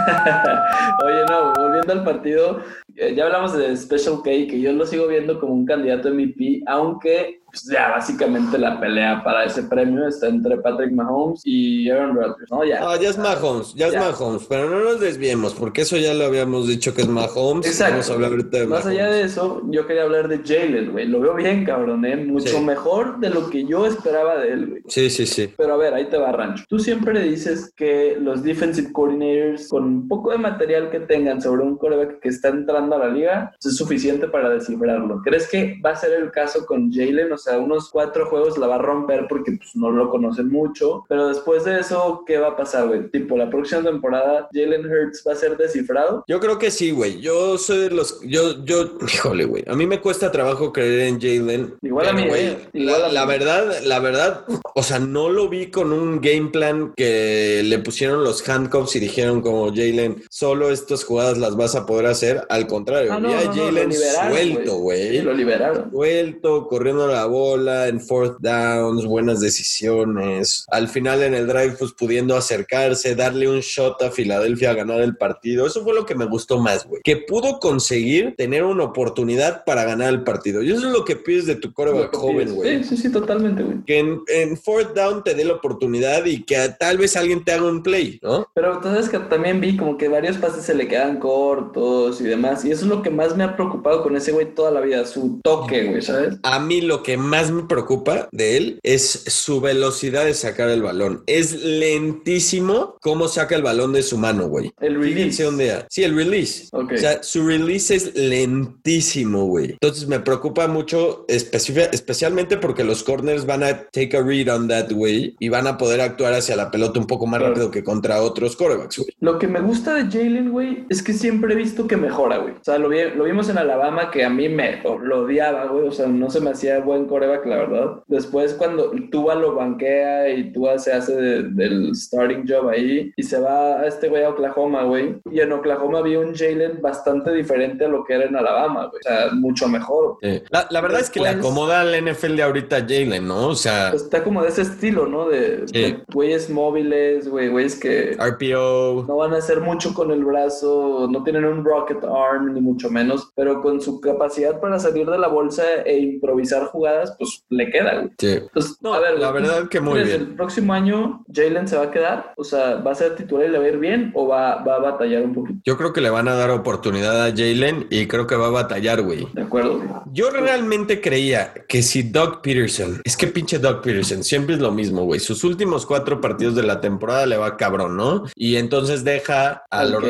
A: Oye, no, volviendo al partido, ya hablamos de Special K, que yo lo sigo viendo como un candidato MVP, aunque pues ya básicamente la pelea para ese premio está entre Patrick Mahomes y Aaron Rodgers, ¿no? Ya
B: es Mahomes, es Mahomes, pero no nos desviemos, porque eso ya lo habíamos dicho que es Mahomes.
A: Exacto.
B: Vamos a hablar ahorita de
A: Más
B: Mahomes.
A: allá de eso, yo quería hablar de Jalen, güey. Lo veo bien, cabrón, mucho mejor de lo que yo esperaba de él, güey.
B: Sí.
A: Pero a ver, ahí te va, Rancho. Tú siempre dices que los defensive coordinators, con un poco de material que tengan sobre un quarterback que está entrando a la liga, es suficiente para descifrarlo. ¿Crees que va a ser el caso con Jalen? O sea, unos 4 juegos la va a romper porque pues, no lo conocen mucho, pero después de eso, ¿qué va a pasar, güey? Tipo, la próxima temporada, ¿Jalen Hurts va a ser descifrado?
B: Yo creo que sí, güey. Yo soy de los... Híjole, güey. A mí me cuesta trabajo creer en Jalen.
A: Igual a mí, güey.
B: La verdad, o sea, no lo vi con un game plan que le pusieron los handcuffs y dijeron como Jalen, solo estas jugadas las vas a poder hacer. Al contrario, vi a Jalen suelto, güey.
A: Sí, lo liberaron.
B: Suelto, corriendo la bola, en fourth downs, buenas decisiones. Al final en el drive, pues pudiendo acercarse, darle un shot a Filadelfia a ganar el partido. Eso fue lo que me gustó más, güey. Que pudo conseguir tener una oportunidad para ganar el partido. Y eso es lo que pides de tu quarterback joven, güey.
A: Sí, totalmente, güey.
B: Que en fourth down te dé la oportunidad y que tal vez alguien te haga un play, ¿no?
A: Pero entonces que también vi como que varios pases se le quedan cortos y demás. Y eso es lo que más me ha preocupado con ese güey toda la vida. Su toque, güey, ¿sabes?
B: A mí lo que más me preocupa de él es su velocidad de sacar el balón. Es lentísimo cómo saca el balón de su mano, güey.
A: El release.
B: Sí, el release.
A: Okay.
B: O sea, su release es lentísimo, güey. Entonces me preocupa mucho, especialmente porque los corners van a take a read on that, güey, y van a poder actuar hacia la pelota un poco más rápido que contra otros quarterbacks, güey.
A: Lo que me gusta de Jalen, güey, es que siempre he visto que mejora, güey. O sea, lo vimos en Alabama, que a mí lo odiaba, güey. O sea, no se me hacía buen quarterback, la verdad. Después, cuando Tua lo banquea y Tua se hace del starting job ahí y se va a este güey a Oklahoma, güey. Y en Oklahoma vi un Jalen bastante diferente a lo que era en Alabama, güey. O sea, mucho mejor.
B: La verdad es que le acomoda al NFL de ahorita Jalen, ¿no? O sea...
A: Pues está como de ese estilo, ¿no? De güeyes móviles, güeyes que...
B: RPO.
A: No van a hacer mucho con el brazo, no tienen un rocket arm, ni mucho menos, pero con su capacidad para salir de la bolsa e improvisar jugadas, pues le queda, güey.
B: Sí.
A: Entonces,
B: no, a ver, la verdad que muy bien.
A: ¿El próximo año Jalen se va a quedar? O sea, ¿va a ser titular y le va a ir bien o va a batallar un poquito?
B: Yo creo que le van a dar oportunidad a Jalen y creo que va a batallar, güey.
A: De acuerdo, güey.
B: Yo realmente creía que si Doug Peterson, es que pinche Doug Peterson, siempre es lo mismo, güey. Sus últimos 4 partidos de la temporada le va cabrón, ¿no? Y entonces deja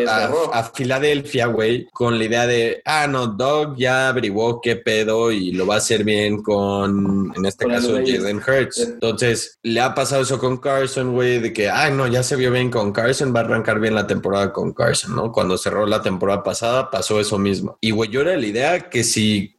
B: a Filadelfia, güey, con la idea de, no, Doug ya averiguó qué pedo y lo va a hacer bien en este caso, Jalen Hurts. Sí. Entonces, le ha pasado eso con Carson, güey, de que, no, ya se vio bien con Carson, va a arrancar bien la temporada con Carson, ¿no? Cuando cerró la temporada pasada, pasó eso mismo. Y, güey, yo era de la idea que si,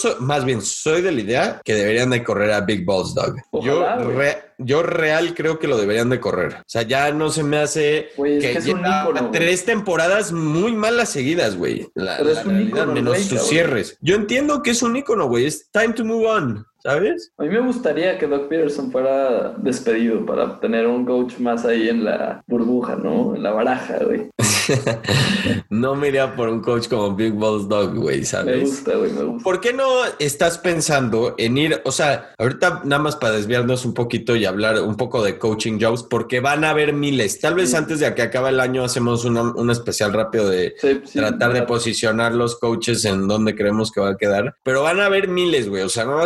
B: soy de la idea que deberían de correr a Big Balls Doug.
A: Ojalá,
B: yo real creo que lo deberían de correr. O sea, ya no se me hace
A: que es un ícono,
B: 3 temporadas muy malas seguidas, güey.
A: Pero es un ícono,
B: menos sus cierres. Yo entiendo que es un ícono, güey. Es time to move on, ¿sabes?
A: A mí me gustaría que Doug Peterson fuera despedido para tener un coach más ahí en la burbuja, ¿no? En la baraja, güey.
B: No me iría por un coach como Big Balls Dog, güey, ¿sabes?
A: Me gusta, güey, me gusta.
B: ¿Por qué no estás pensando en ir, o sea, ahorita nada más para desviarnos un poquito y hablar un poco de coaching jobs, porque van a haber miles. Tal vez antes de que acabe el año hacemos un especial rápido de tratar de posicionar los coaches en donde creemos que va a quedar, pero van a haber miles, güey. O sea, no vas contando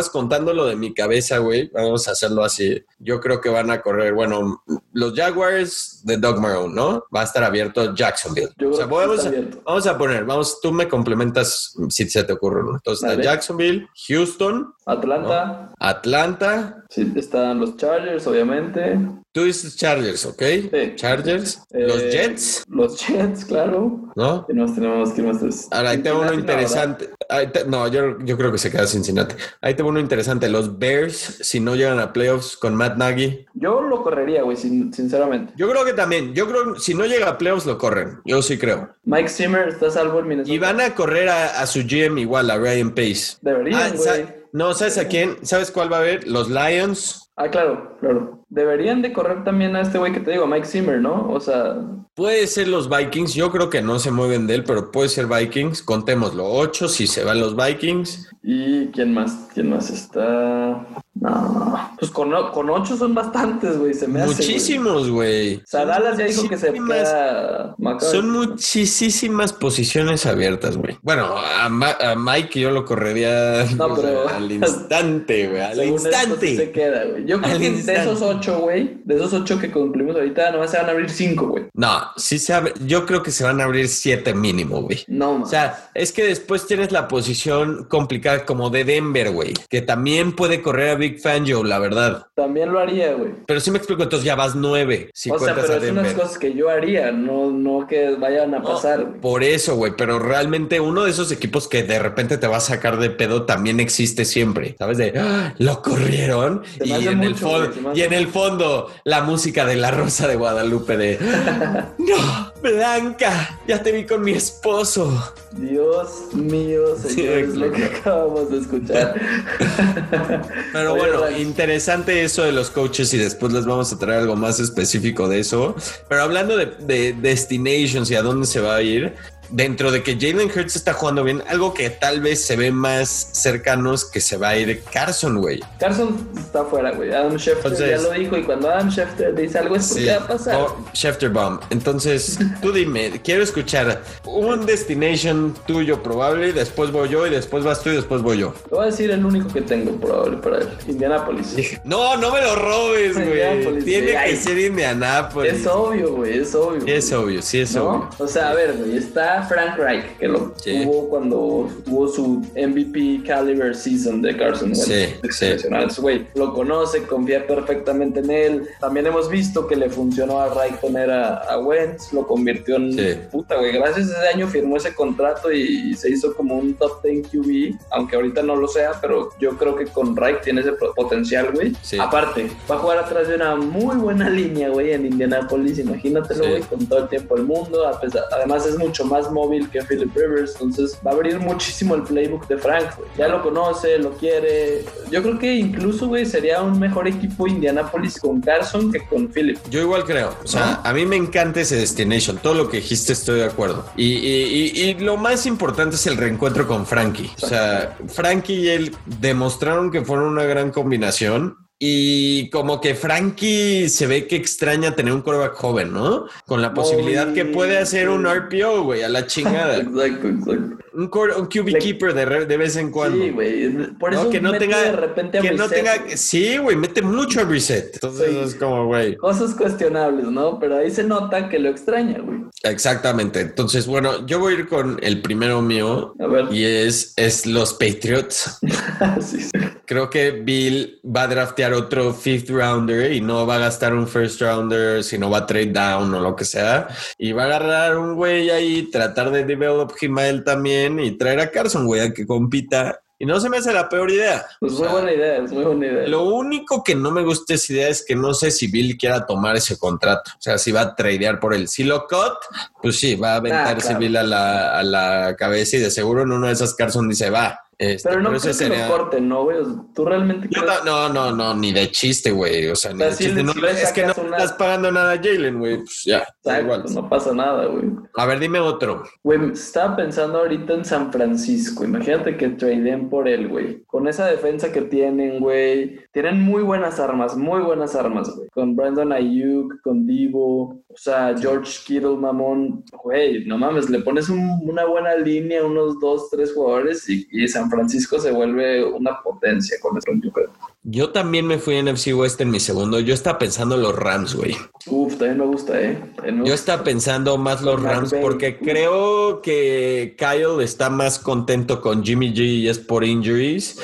B: quitándolo de mi cabeza, güey, vamos a hacerlo así. Yo creo que van a correr, bueno, los Jaguars de Doug Marrone, ¿no? Va a estar abierto Jacksonville.
A: Yo creo
B: vamos a poner, tú me complementas si se te ocurre, ¿no? Entonces está Jacksonville, Houston,
A: Atlanta.
B: ¿no? Atlanta.
A: Sí, están los Chargers, obviamente.
B: Tú dices Chargers, ¿ok?
A: Sí.
B: Chargers. Los Jets.
A: Los Jets, claro.
B: ¿No?
A: ¿Qué más tenemos?
B: Ahora, ahí tengo uno interesante. Yo creo que se queda Cincinnati. Ahí tengo uno interesante. Los Bears, si no llegan a playoffs con Matt Nagy.
A: Yo lo correría, güey, sinceramente.
B: Yo creo que también. Yo creo que si no llega a playoffs lo corren. Yo sí creo.
A: Mike Zimmer está salvo en Minnesota.
B: Y van a correr a su GM igual, a Ryan Pace.
A: Deberían, güey.
B: No, ¿sabes a quién? ¿Sabes cuál va a haber? Los Lions.
A: Ah, claro. Deberían de correr también a este güey que te digo, Mike Zimmer, ¿no? O sea...
B: Puede ser los Vikings. Yo creo que no se mueven de él, pero puede ser Vikings. Contémoslo. 8 si se van los Vikings.
A: ¿Y quién más? ¿Quién más está? No. Pues con 8 son bastantes, güey. Se me hace.
B: Muchísimos, güey.
A: O sea, Dallas ya dijo que se queda Macao.
B: Son muchísimas posiciones abiertas, güey. Bueno, a Mike yo lo correría al instante, güey. Al instante.
A: Sí se queda, güey. Yo creo que de esos 8, güey, de esos 8 que concluimos ahorita, nomás se van a abrir 5, güey.
B: No, sí se abre. Yo creo que se van a abrir 7 mínimo, güey.
A: No, man.
B: O sea, es que después tienes la posición complicada como de Denver, güey. Que también puede correr a Big Fangio, la verdad.
A: También lo haría, güey.
B: Pero sí me explico, entonces ya vas 9. Si
A: o sea, pero
B: a
A: es
B: Denver.
A: unas cosas que yo haría, no que vayan a pasar, güey.
B: Por eso, güey. Pero realmente uno de esos equipos que de repente te va a sacar de pedo también existe siempre. ¿Sabes? Lo corrieron. Y en el fondo, la música de La Rosa de Guadalupe de no, Blanca, ya te vi con mi esposo.
A: Dios mío, señor, es lo que acabamos de escuchar.
B: Pero bueno, interesante eso de los coaches y después les vamos a traer algo más específico de eso. Pero hablando de destinations y a dónde se va a ir, dentro de que Jalen Hurts está jugando bien, algo que tal vez se ve más cercano es que se va a ir Carson, güey.
A: Carson está fuera, güey. Adam Schefter ya lo dijo y cuando Adam Schefter dice algo es porque va a pasar.
B: Schefter Bomb. Entonces, tú dime, quiero escuchar un destination tuyo probable, después voy yo y después vas tú y después voy yo.
A: Te voy a decir el único que tengo probable para él. Indianapolis.
B: No me lo robes, güey. Tiene que ser Indianapolis.
A: Es obvio, güey, es obvio.
B: Es obvio, sí es obvio.
A: O sea, a ver, güey, está Frank Reich, que lo tuvo cuando tuvo su MVP caliber season de Carson Wentz.
B: Sí.
A: Güey, lo conoce, confía perfectamente en él. También hemos visto que le funcionó a Reich poner a Wentz, lo convirtió en puta, güey. Gracias a ese año firmó ese contrato y se hizo como un top 10 QB, aunque ahorita no lo sea, pero yo creo que con Reich tiene ese potencial, güey. Sí. Aparte, va a jugar atrás de una muy buena línea, güey, en Indianapolis. Imagínatelo, güey, con todo el tiempo del mundo. Además es mucho más móvil que Philip Rivers, entonces va a abrir muchísimo el playbook de Frank, güey. Ya lo conoce, lo quiere. Yo creo que incluso, güey, sería un mejor equipo Indianapolis con Carson que con Philip.
B: Yo igual creo. O sea, a mí me encanta ese destination. Todo lo que dijiste estoy de acuerdo. Y lo más importante es el reencuentro con Frankie. O sea, Frankie y él demostraron que fueron una gran combinación. Y como que Frankie se ve que extraña tener un quarterback joven, ¿no? Con la posibilidad que puede hacer un RPO, güey, a la chingada.
A: Exacto.
B: Un QB keeper de vez en cuando.
A: Sí, güey. Por eso
B: que no tenga
A: de repente a
B: que
A: reset.
B: No tenga. Sí, güey, mete mucho a reset. Entonces es como, güey.
A: Cosas cuestionables, ¿no? Pero ahí se nota que lo extraña, güey.
B: Exactamente. Entonces, bueno, yo voy a ir con el primero mío.
A: A ver.
B: Y es los Patriots.
A: Sí.
B: Creo que Bill va a draftear otro fifth rounder y no va a gastar un first rounder, sino va a trade down o lo que sea. Y va a agarrar un güey ahí, tratar de develop him a él también y traer a Carson, güey, a que compita. Y no se me hace la peor idea.
A: Pues muy buena idea.
B: Lo único que no me gusta de esa idea es que no sé si Bill quiera tomar ese contrato. O sea, si va a tradear por él. Si lo cut, pues sí, va a aventarse Bill a la cabeza y de seguro en una de esas Carson dice, va.
A: Pero no creo que lo corten, ¿no, güey? ¿Tú realmente crees?
B: No, ni de chiste, güey. O sea, ni de chiste. Es que no estás pagando nada a Jalen, güey. Pues ya, da igual.
A: No pasa nada, güey.
B: A ver, dime otro.
A: Güey, estaba pensando ahorita en San Francisco. Imagínate que tradeen por él, güey. Con esa defensa que tienen, güey. Tienen muy buenas armas, güey. Con Brandon Ayuk, con Deebo. O sea, George Kittle, mamón. Güey, no mames, le pones una buena línea, unos 2, 3 jugadores y San San Francisco se vuelve una potencia con esto, yo creo.
B: Yo también me fui a NFC West en mi segundo. Yo estaba pensando en los Rams, güey.
A: También me gusta,
B: Yo estaba pensando más los Rams porque creo que Kyle está más contento con Jimmy G y es por injuries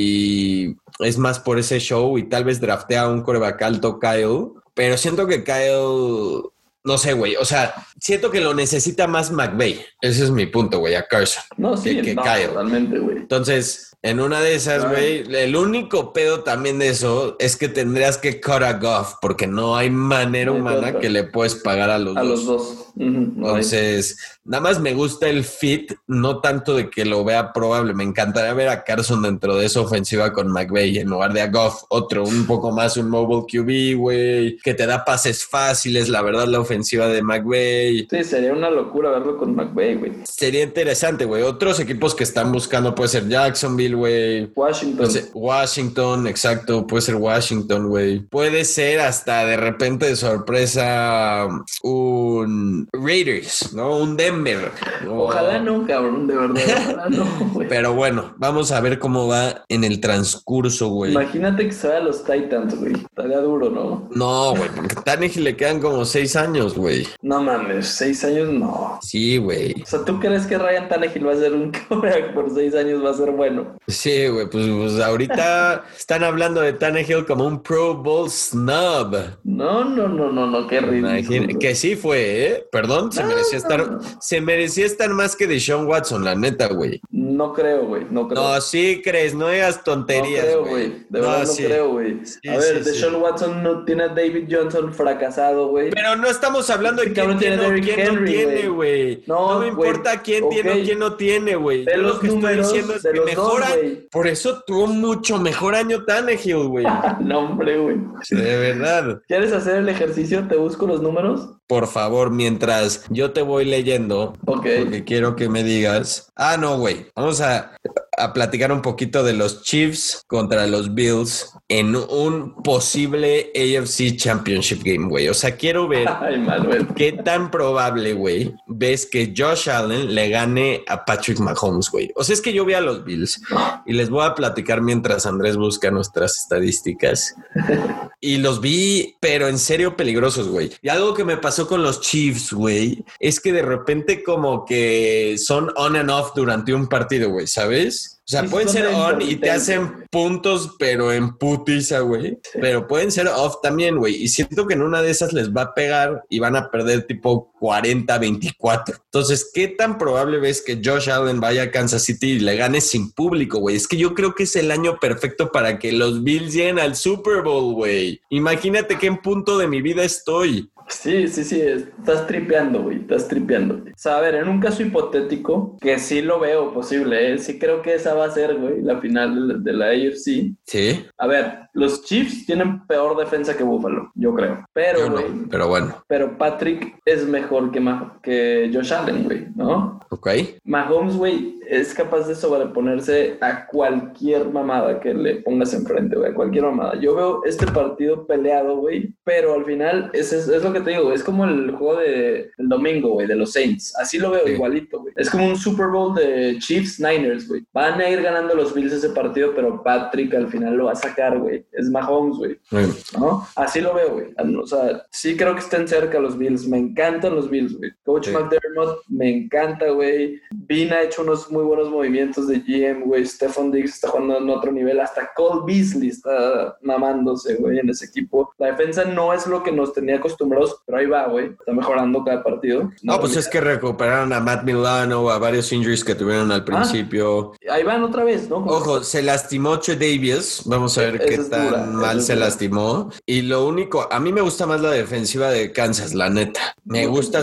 B: y es más por ese show y tal vez draftea a un quarterback alto Kyle, pero siento que Kyle... No sé, güey. O sea, siento que lo necesita más McVay. Ese es mi punto, güey, a Carson.
A: No, sí,
B: que Kyle.
A: Totalmente, güey.
B: Entonces, en una de esas, güey, el único pedo también de eso es que tendrías que cut a Goff porque no hay manera humana que le puedes pagar a los dos.
A: A los dos.
B: Entonces, nada más me gusta el fit, no tanto de que lo vea probable. Me encantaría ver a Carson dentro de esa ofensiva con McVay en lugar de a Goff, otro, un poco más un mobile QB, güey, que te da pases fáciles, la verdad, la ofensiva de McVay.
A: Sí, sería una locura verlo con McVay, güey.
B: Sería interesante, güey. Otros equipos que están buscando puede ser Jacksonville, güey. Washington, exacto. Puede ser Washington, güey. Puede ser hasta de repente de sorpresa un Raiders, ¿no? Un Denver.
A: Ojalá no, cabrón, de verdad. Ojalá no, güey.
B: Pero bueno, vamos a ver cómo va en el transcurso, güey.
A: Imagínate que se vaya a los Titans, güey. Estaría duro, ¿no?
B: No, güey, porque a Tannehill le quedan como 6 años, güey.
A: No mames, 6 años no.
B: Sí, güey.
A: O sea, ¿tú crees que Ryan Tannehill va a ser un quarterback por 6 años va a ser bueno?
B: Sí, güey, pues ahorita están hablando de Tannehill como un Pro Bowl snub.
A: No, qué ridículo.
B: Que sí fue, ¿eh? Perdón, se merecía estar más que Deshaun Watson, la neta, güey.
A: No creo, güey, no creo.
B: No, sí crees, no digas tonterías,
A: güey. No creo, güey, de verdad no creo, güey. Sí, a ver, Deshaun Watson no tiene a David Johnson fracasado, güey.
B: Pero no estamos hablando de quién tiene o quién no tiene, güey. No me importa quién tiene o quién no tiene, güey.
A: Yo lo que estoy diciendo es que
B: mejora. Por eso tuvo mucho mejor año Tannehill, güey.
A: No, hombre, güey.
B: De verdad.
A: ¿Quieres hacer el ejercicio? ¿Te busco los números?
B: Por favor, mientras yo te voy leyendo, porque quiero que me digas. Ah, no, güey. Vamos a platicar un poquito de los Chiefs contra los Bills en un posible AFC Championship Game, güey. O sea, quiero ver qué tan probable, güey, ves que Josh Allen le gane a Patrick Mahomes, güey. O sea, es que yo vi a los Bills y les voy a platicar mientras Andrés busca nuestras estadísticas. Y los vi, pero en serio peligrosos, güey. Y algo que me pasó con los Chiefs, güey, es que de repente como que son on and off durante un partido, güey, ¿sabes? O sea, pueden ser on y te hacen puntos, pero en putiza, güey. Sí. Pero pueden ser off también, güey. Y siento que en una de esas les va a pegar y van a perder tipo 40-24. Entonces, ¿qué tan probable ves que Josh Allen vaya a Kansas City y le gane sin público, güey? Es que yo creo que es el año perfecto para que los Bills lleguen al Super Bowl, güey. Imagínate qué punto de mi vida estoy.
A: Sí, estás tripeando, güey, O sea, a ver, en un caso hipotético, que sí lo veo posible, sí creo que esa va a ser, güey, la final de la AFC.
B: Sí.
A: A ver, los Chiefs tienen peor defensa que Buffalo, yo creo. Pero, güey.
B: No, pero bueno.
A: Pero Patrick es mejor que Josh Allen, güey, ¿no?
B: Ok.
A: Mahomes, güey, es capaz de sobreponerse a cualquier mamada que le pongas enfrente, güey, a cualquier mamada. Yo veo este partido peleado, güey, pero al final es lo que te digo, es como el juego del domingo, güey, de los Saints. Así lo veo igualito, güey. Es como un Super Bowl de Chiefs-Niners, güey. Van a ir ganando los Bills ese partido, pero Patrick al final lo va a sacar, güey. Es Mahomes, güey. ¿No? Así lo veo, güey. O sea, sí creo que estén cerca los Bills. Me encantan los Bills, güey. Coach McDermott me encanta, güey. Bean ha hecho unos muy buenos movimientos de GM, güey. Stephon Diggs está jugando en otro nivel. Hasta Cole Beasley está mamándose, güey, en ese equipo. La defensa no es lo que nos tenía acostumbrados, pero ahí va, güey. Está mejorando cada partido.
B: No, pues es que recuperaron a Matt Milano, a varios injuries que tuvieron al principio.
A: Ahí van otra vez, ¿no?
B: Ojo, se lastimó Che Davis. Vamos a ver qué tan mal se lastimó. Y lo único, a mí me gusta más la defensiva de Kansas, la neta. Me gusta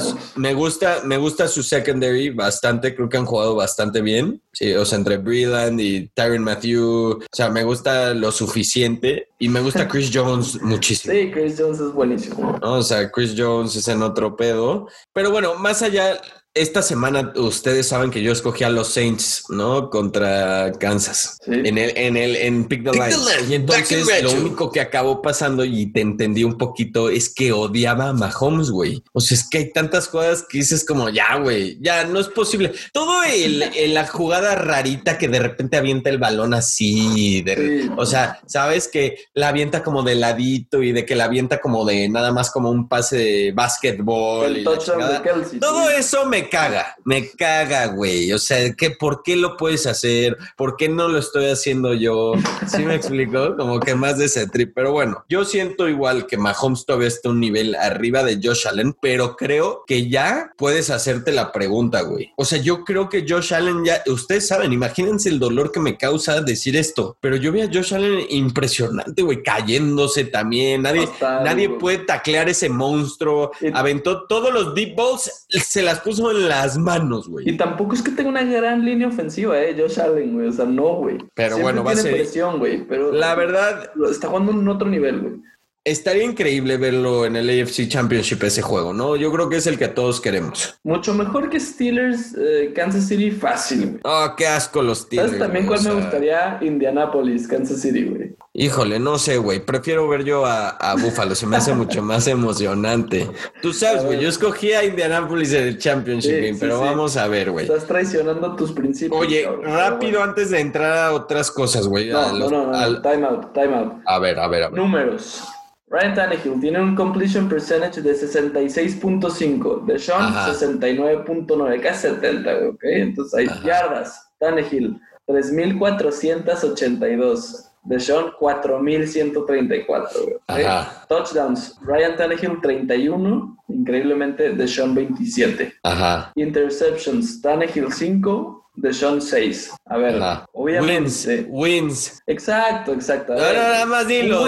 B: su secondary bastante. Creo que han jugado bastante bien. Sí, o sea, entre Breland y Tyrann Mathieu. O sea, me gusta lo suficiente. Y me gusta Chris Jones muchísimo.
A: Sí, Chris Jones es buenísimo.
B: ¿No? O sea, Chris Jones es en otro pedo. Pero bueno, más allá, esta semana ustedes saben que yo escogí a los Saints, ¿no? Contra Kansas. Sí. En Pick the Line. Y entonces lo único que acabó pasando, y te entendí un poquito, es que odiaba a Mahomes, güey. O sea, es que hay tantas cosas que dices como, ya, güey, ya no es posible. Todo la jugada rarita que de repente avienta el balón así. O sea, sabes que la avienta como de ladito y de que la avienta como de nada más como un pase de básquetbol. El touchdown de Kelsey. Todo eso me caga, güey. O sea, ¿por qué lo puedes hacer? ¿Por qué no lo estoy haciendo yo? ¿Sí me explico? Como que más de ese trip. Pero bueno, yo siento igual que Mahomes todavía está un nivel arriba de Josh Allen, pero creo que ya puedes hacerte la pregunta, güey. O sea, yo creo que Josh Allen ya, ustedes saben, imagínense el dolor que me causa decir esto, pero yo vi a Josh Allen impresionante, güey, cayéndose también. Nadie puede taclear ese monstruo. Aventó todos los deep balls, se las puso en las manos, güey.
A: Y tampoco es que tenga una gran línea ofensiva, Josh Allen, güey. O sea, no, güey.
B: Pero siempre
A: bueno,
B: va a ser
A: presión, güey. Pero
B: la verdad
A: está jugando en otro nivel, güey.
B: Estaría increíble verlo en el AFC Championship ese juego, ¿no? Yo creo que es el que todos queremos.
A: Mucho mejor que Steelers, Kansas City, fácil, güey.
B: Oh, qué asco los Steelers.
A: ¿Sabes también cuál me gustaría? Indianapolis, Kansas City, güey.
B: Híjole, no sé, güey. Prefiero ver yo a Buffalo. Se me hace mucho más emocionante. Tú sabes, güey. Yo escogí a Indianapolis en el Championship Game, pero vamos a ver, güey.
A: Estás traicionando tus principios.
B: Oye, cabrón, rápido antes de entrar a otras cosas, güey.
A: No. Time out.
B: A ver.
A: Números. Ryan Tannehill tiene un completion percentage de 66.5, Deshaun 69.9, casi 70, güey, ¿ok? Entonces hay yardas. Tannehill 3,482, Deshaun 4,134, güey, ¿okay? Touchdowns, Ryan Tannehill 31, increíblemente Deshaun 27. Interceptions, Tannehill 5, Deshaun 6. A ver, obviamente.
B: Wins.
A: Exacto.
B: Nada más dilo.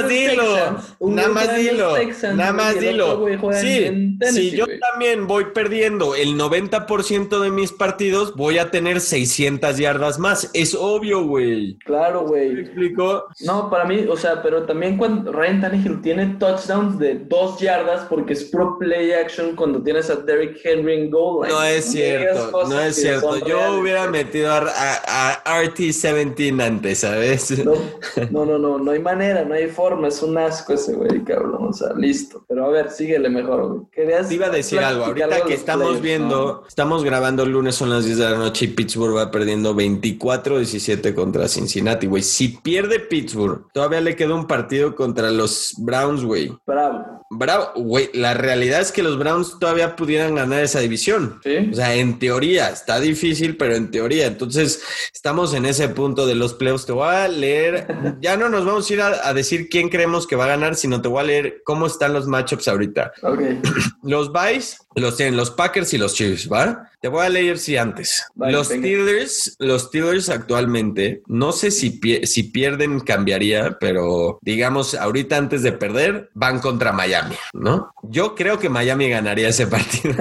B: Sí, yo también voy perdiendo el 90% de mis partidos, voy a tener 600 yardas más. Es obvio, güey.
A: Claro, güey.
B: ¿Me explico?
A: No, para mí, o sea, pero también cuando Ryan Tannehill tiene touchdowns de 2 yardas porque es pro play action cuando tienes a Derrick Henry en goal line.
B: No es cierto. Yo hubiera metido a RT17 antes, ¿sabes?
A: No hay manera, no hay forma, es un asco ese güey, cabrón, o sea, listo. Pero a ver, síguele mejor, güey.
B: Te iba a decir algo, ahorita que estamos viendo, estamos grabando el lunes, son las 10 de la noche y Pittsburgh va perdiendo 24-17 contra Cincinnati, güey. Si pierde Pittsburgh, todavía le queda un partido contra los Browns, güey. Bravo, güey, la realidad es que los Browns todavía pudieran ganar esa división.
A: ¿Sí?
B: O sea, en teoría, está difícil, pero en teoría. Entonces, estamos en ese punto de los playoffs. Te voy a leer, ya no nos vamos a ir a decir quién creemos que va a ganar, sino te voy a leer cómo están los matchups ahorita.
A: Okay.
B: Los byes los tienen los Packers y los Chiefs, ¿va? Te voy a leer si antes. Vale, los Steelers actualmente, no sé si pierden cambiaría, pero digamos, ahorita antes de perder, van contra Miami, ¿no? Yo creo que Miami ganaría ese partido.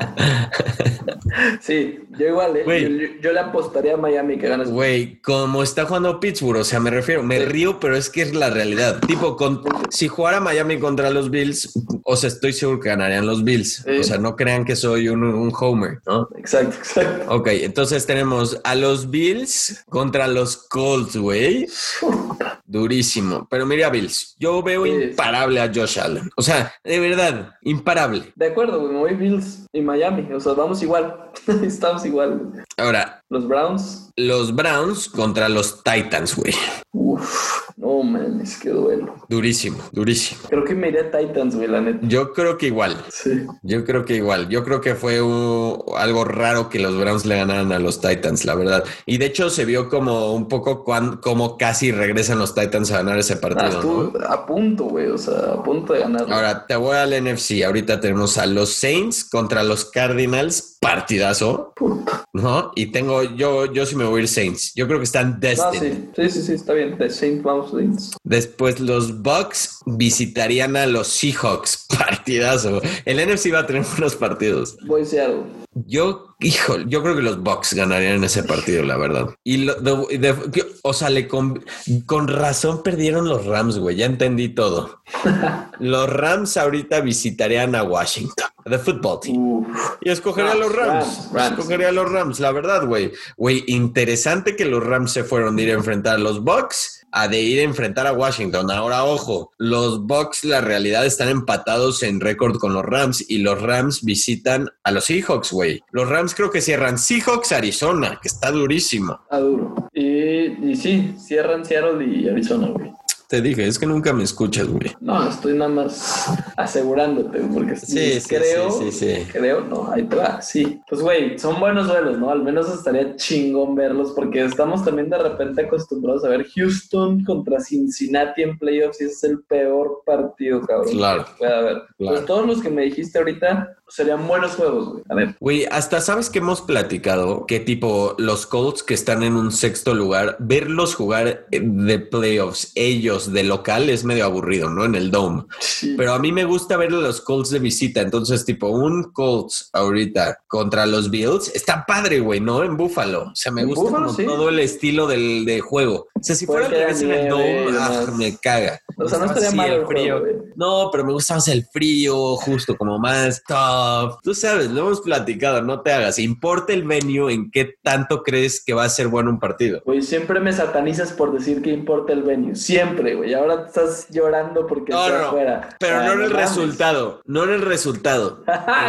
A: Sí, yo igual, yo le apostaría a Miami que gane.
B: Güey, como está jugando Pittsburgh, o sea, me río, pero es que es la realidad. Tipo, si jugara Miami contra los Bills, o sea, estoy seguro que ganarían los Bills. Sí. O sea, no crean que soy un homer, ¿no?
A: Exacto.
B: Ok, entonces tenemos a los Bills contra los Colts, güey. Durísimo. Pero mira, Bills, yo veo imparable a Josh Allen. O sea, de verdad, imparable.
A: De acuerdo, güey, me voy Bills y Miami. O sea, vamos igual. Estamos igual, güey.
B: Ahora,
A: los Browns
B: contra los Titans, güey.
A: No, man, es que duelo.
B: Durísimo.
A: Creo que me iría Titans, güey, la neta.
B: Yo creo que igual.
A: Sí.
B: Yo creo que fue algo raro que los Browns le ganaran a los Titans, la verdad. Y de hecho se vio como un poco como casi regresan los Titans a ganar ese partido, ¿no?
A: A punto, güey, o sea, a punto de ganar.
B: Ahora, te voy al NFC. Ahorita tenemos a los Saints contra los Cardinals. Partidazo.
A: Puta.
B: ¿No? Y yo sí me voy a ir Saints. Yo creo que están destined.
A: Sí, está bien. The Saints, vamos Saints.
B: Después los Bucks visitarían a los Seahawks. Partidazo. El NFC va a tener buenos partidos.
A: Voy Seattle.
B: Yo creo que los Bucks ganarían ese partido, la verdad. Y con razón perdieron los Rams, güey. Ya entendí todo. Los Rams ahorita visitarían a Washington, the football team. Y escogería a los Rams. Escogería a los Rams, la verdad, güey. Güey, interesante que los Rams se fueron de ir a enfrentar a los Bucks a de ir a enfrentar a Washington. Ahora, ojo, los Bucks, la realidad, están empatados en récord con los Rams y los Rams visitan a los Seahawks, güey. Los Rams creo que cierran Seahawks, Arizona, que está durísimo.
A: Está duro. Y sí, cierran Seattle y Arizona, güey.
B: Te dije, es que nunca me escuchas, güey.
A: No, estoy nada más asegurándote, porque creo, no, ahí te va, sí. Pues, güey, son buenos duelos, ¿no? Al menos estaría chingón verlos, porque estamos también de repente acostumbrados a ver Houston contra Cincinnati en playoffs y ese es el peor partido, cabrón.
B: Claro.
A: Que pueda haber. Claro. Pues todos los que me dijiste ahorita serían buenos juegos, güey. A ver.
B: Güey, hasta sabes que hemos platicado que tipo los Colts que están en un sexto lugar, verlos jugar de playoffs, ellos de local es medio aburrido, ¿no? En el Dome. Sí. Pero a mí me gusta ver los Colts de visita. Entonces, tipo, un Colts ahorita contra los Bills está padre, güey, ¿no? En Buffalo. O sea, me gusta Buffalo, como todo el estilo de juego. O sea, si fuera al revés en el Dome, me caga.
A: O sea, no estaría mal el
B: frío.
A: Juego,
B: no, pero me gusta más el frío, justo como más tough. Tú sabes, lo hemos platicado, no te hagas. Importa el venue en qué tanto crees que va a ser bueno un partido.
A: Güey, siempre me satanizas por decir que importa el venue. Siempre, güey. Ahora te estás llorando porque está afuera.
B: Pero no en el resultado. No en el resultado.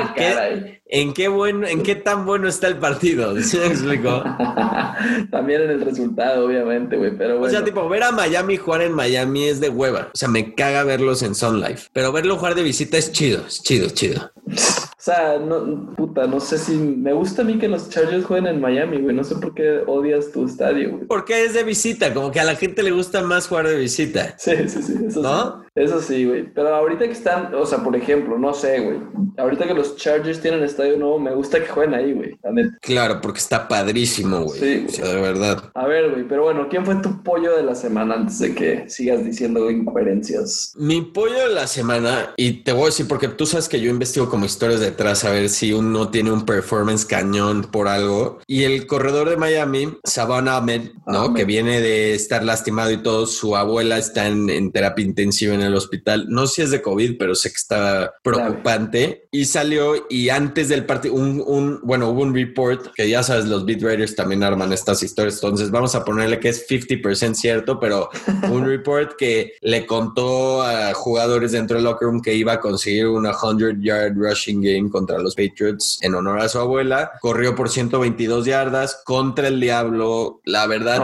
B: ¿En qué tan bueno está el partido? ¿Sí me explico?
A: También en el resultado, obviamente, güey. Pero bueno.
B: O sea, tipo, ver a Miami jugar en Miami es de hueva. O sea, me caga verlos en Sun Life. Pero verlo jugar de visita es chido. Es chido.
A: O sea, no sé si... Me gusta a mí que los Chargers jueguen en Miami, güey. No sé por qué odias tu estadio, güey.
B: Porque es de visita. Como que a la gente le gusta más jugar de visita.
A: Sí. Eso ¿no? Sí. Eso sí, güey. Pero ahorita que están... O sea, por ejemplo, no sé, güey. Ahorita que los Chargers tienen estadio nuevo, me gusta que jueguen ahí, güey. La neta.
B: Claro, porque está padrísimo, güey. Sí, o sea, de verdad.
A: A ver, güey. Pero bueno, ¿quién fue tu pollo de la semana antes de que sigas diciendo incoherencias?
B: Mi pollo de la semana, y te voy a decir porque tú sabes que yo investigo como historias detrás a ver si uno tiene un performance cañón por algo. Y el corredor de Miami, Savon Ahmed, ¿no? Que viene de estar lastimado y todo. Su abuela está en terapia intensiva en el hospital. No sé si es de COVID, pero sé que está preocupante. Claro. Y salió y antes del partido, hubo un report que ya sabes, los beat writers también arman estas historias. Entonces vamos a ponerle que es 50% cierto, pero un report que le contó a jugadores dentro del locker room que iba a conseguir una 100-yard rushing game contra los Patriots en honor a su abuela. Corrió por 122 yardas contra el Diablo. La verdad,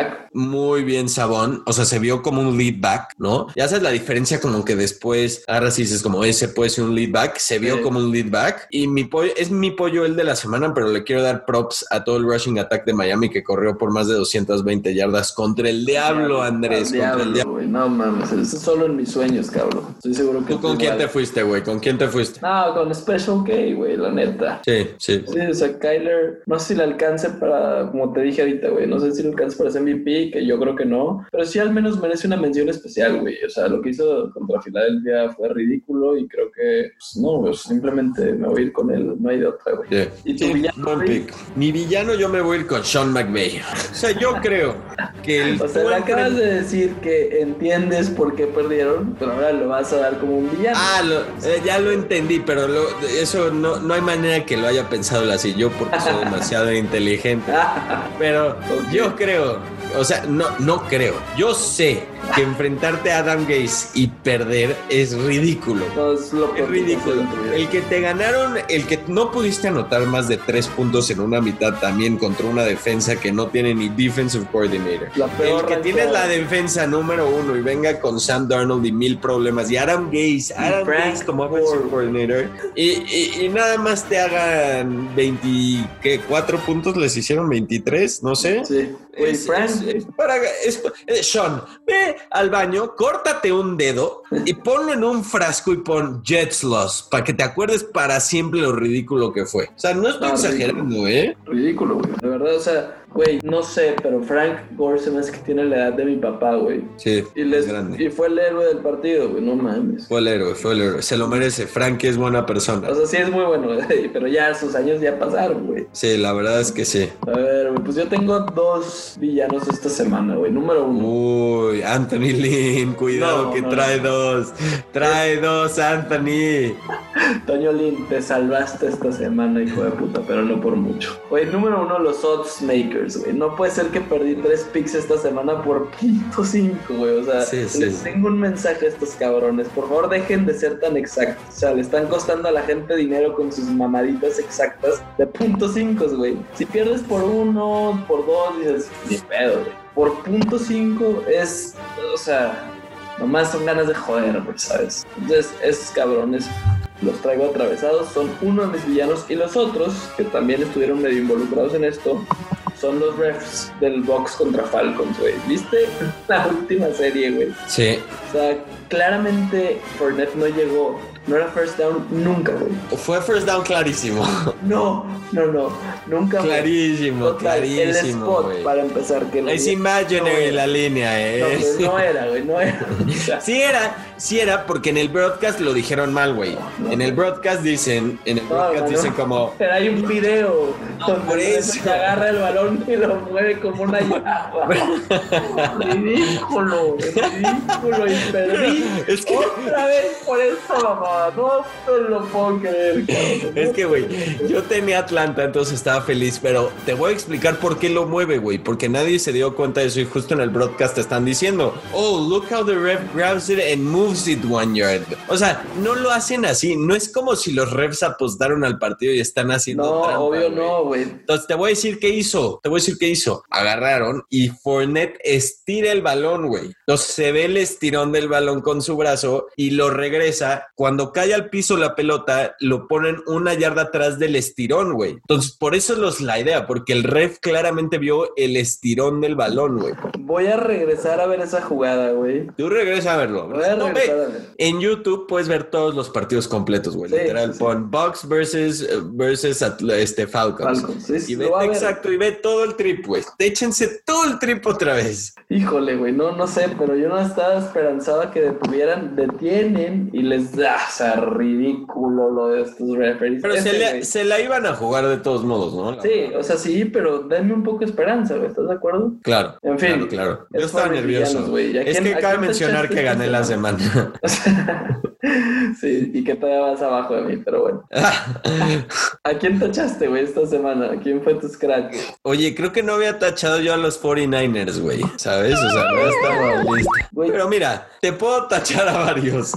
B: muy bien Savon. O sea, se vio como un lead back, ¿no? Ya sabes la diferencia como que después, ahora sí dices como ese puede ser un lead back. Se vio como un lead back. Y mi pollo el de la semana, pero le quiero dar props a todo el rushing attack de Miami que corrió por más de 220 yardas contra el Diablo, Andrés.
A: Contra el Diablo, güey. No mames, eso es solo en mis sueños, cabrón. Estoy seguro que...
B: ¿Tú con quién te fuiste, güey? ¿Con quién te fuiste?
A: No, con Special K, güey, la neta.
B: Sí.
A: Sí, o sea, Kyler, no sé si le alcance para, como te dije ahorita, güey, no sé si le alcance para ese MVP, que yo creo que no, pero sí al menos merece una mención especial, güey. O sea, lo que hizo contra Filadelfia fue ridículo y creo que, pues no, pues simplemente me voy a ir con él, no hay de otra, güey.
B: Yeah.
A: ¿Y tu villano?
B: Mi villano yo me voy a ir con Sean McVay. O sea, yo creo que
A: o sea, le acabas de decir que entiendes por qué perdieron, pero ahora lo vas a dar como un villano.
B: Ya lo entendí, pero eso no hay manera que lo haya pensado así yo porque soy demasiado inteligente. Pero yo creo, o sea, no creo. Yo sé que enfrentarte a Adam Gase y perder es ridículo.
A: No, es
B: ridículo. El que te ganaron, el que no pudiste anotar más de 3 puntos en una mitad también contra una defensa que no tiene ni defensive coordinator. El que tienes la defensa número 1 y venga con Sam Darnold y 1000 problemas y Adam Gase como offensive coordinator y nada más te hagan 24 puntos, les hicieron 23, no sé.
A: Sí.
B: Sean, ve al baño, córtate un dedo y ponlo en un frasco y pon Jets Loss para que te acuerdes para siempre lo ridículo que fue. O sea, no estoy exagerando,
A: Ridículo, güey. De verdad, o sea, Güey, no sé, pero Frank Gore se me hace que tiene la edad de mi papá, güey.
B: Sí, es grande.
A: Y fue el héroe del partido, güey, no mames.
B: Fue el héroe. Se lo merece. Frank es buena persona.
A: O sea, sí es muy bueno, güey, pero ya sus años ya pasaron, güey.
B: Sí, la verdad es que sí.
A: A ver, güey, pues yo tengo 2 villanos esta semana, güey. Número 1.
B: Uy, Anthony Lynn, cuidado trae 2. Trae 2, Anthony.
A: Toño Lynn, te salvaste esta semana, hijo de puta, pero no por mucho. Güey, número 1, los odds makers, güey. No puede ser que perdí 3 picks esta semana por .5, güey. O sea, les tengo un mensaje a estos cabrones. Por favor, dejen de ser tan exactos. O sea, le están costando a la gente dinero con sus mamaditas exactas de .5, güey. Si pierdes por 1, por 2, dices, ni pedo, güey. Por .5 es, o sea, nomás son ganas de joder, güey, ¿sabes? Entonces, esos cabrones los traigo atravesados, son uno de mis villanos, y los otros, que también estuvieron medio involucrados en esto, son los refs del Bucks contra Falcons, güey. ¿Viste la última serie, güey?
B: Sí.
A: O sea, claramente Fournette no llegó. No era first down nunca, güey.
B: Fue first down clarísimo.
A: No. Nunca.
B: Clarísimo,
A: total,
B: clarísimo.
A: El spot,
B: wey.
A: Para empezar. Que
B: es imaginary la línea,
A: No era, güey, no era.
B: Sí era, porque en el broadcast lo dijeron mal, güey. En el broadcast dicen como...
A: Pero hay un video donde
B: por eso
A: se agarra el balón y lo mueve como una llave. Ridículo. Y perdí otra vez por esta mamada. No te lo puedo creer, cabrón.
B: Es que, güey, yo tenía Atlanta, entonces estaba feliz, pero te voy a explicar por qué lo mueve, güey, porque nadie se dio cuenta de eso y justo en el broadcast están diciendo, oh, look how the ref grabs it and moves it 1 yard. O sea, no lo hacen así, no es como si los refs apostaron al partido y están haciendo trampa,
A: obvio no, güey.
B: Entonces te voy a decir qué hizo, agarraron y Fournette estira el balón, güey. Entonces se ve el estirón del balón con su brazo y lo regresa. Cuando cae al piso la pelota, lo ponen 1 yarda atrás del estirón, güey. Entonces, por eso es la idea, porque el ref claramente vio el estirón del balón, güey.
A: Voy a regresar a ver esa jugada, güey.
B: Tú regresa a verlo.
A: Voy a regresar a ver.
B: En YouTube puedes ver todos los partidos completos, güey. Sí, literal, pon Bucks versus Falcons.
A: Sí,
B: y ve exacto, y ve todo el trip, güey. Échense todo el trip otra vez.
A: Híjole, güey, no sé, pero yo no estaba esperanzada que detienen y les da, o sea, ridículo lo de estos referees.
B: Pero se la iban a jugar de todos modos, ¿no?
A: O sea, sí, pero denme un poco de esperanza, güey, ¿estás de acuerdo?
B: Claro.
A: En fin.
B: Claro. Yo estaba nervioso. Es que cabe mencionar que gané la semana.
A: Sí, y que todavía vas abajo de mí, pero bueno. ¿A quién tachaste, güey, esta semana? ¿A quién fue tu scratch?
B: Oye, creo que no había tachado yo a los 49ers, güey, ¿sabes? O sea, no estaba lista. Pero mira, te puedo tachar a varios.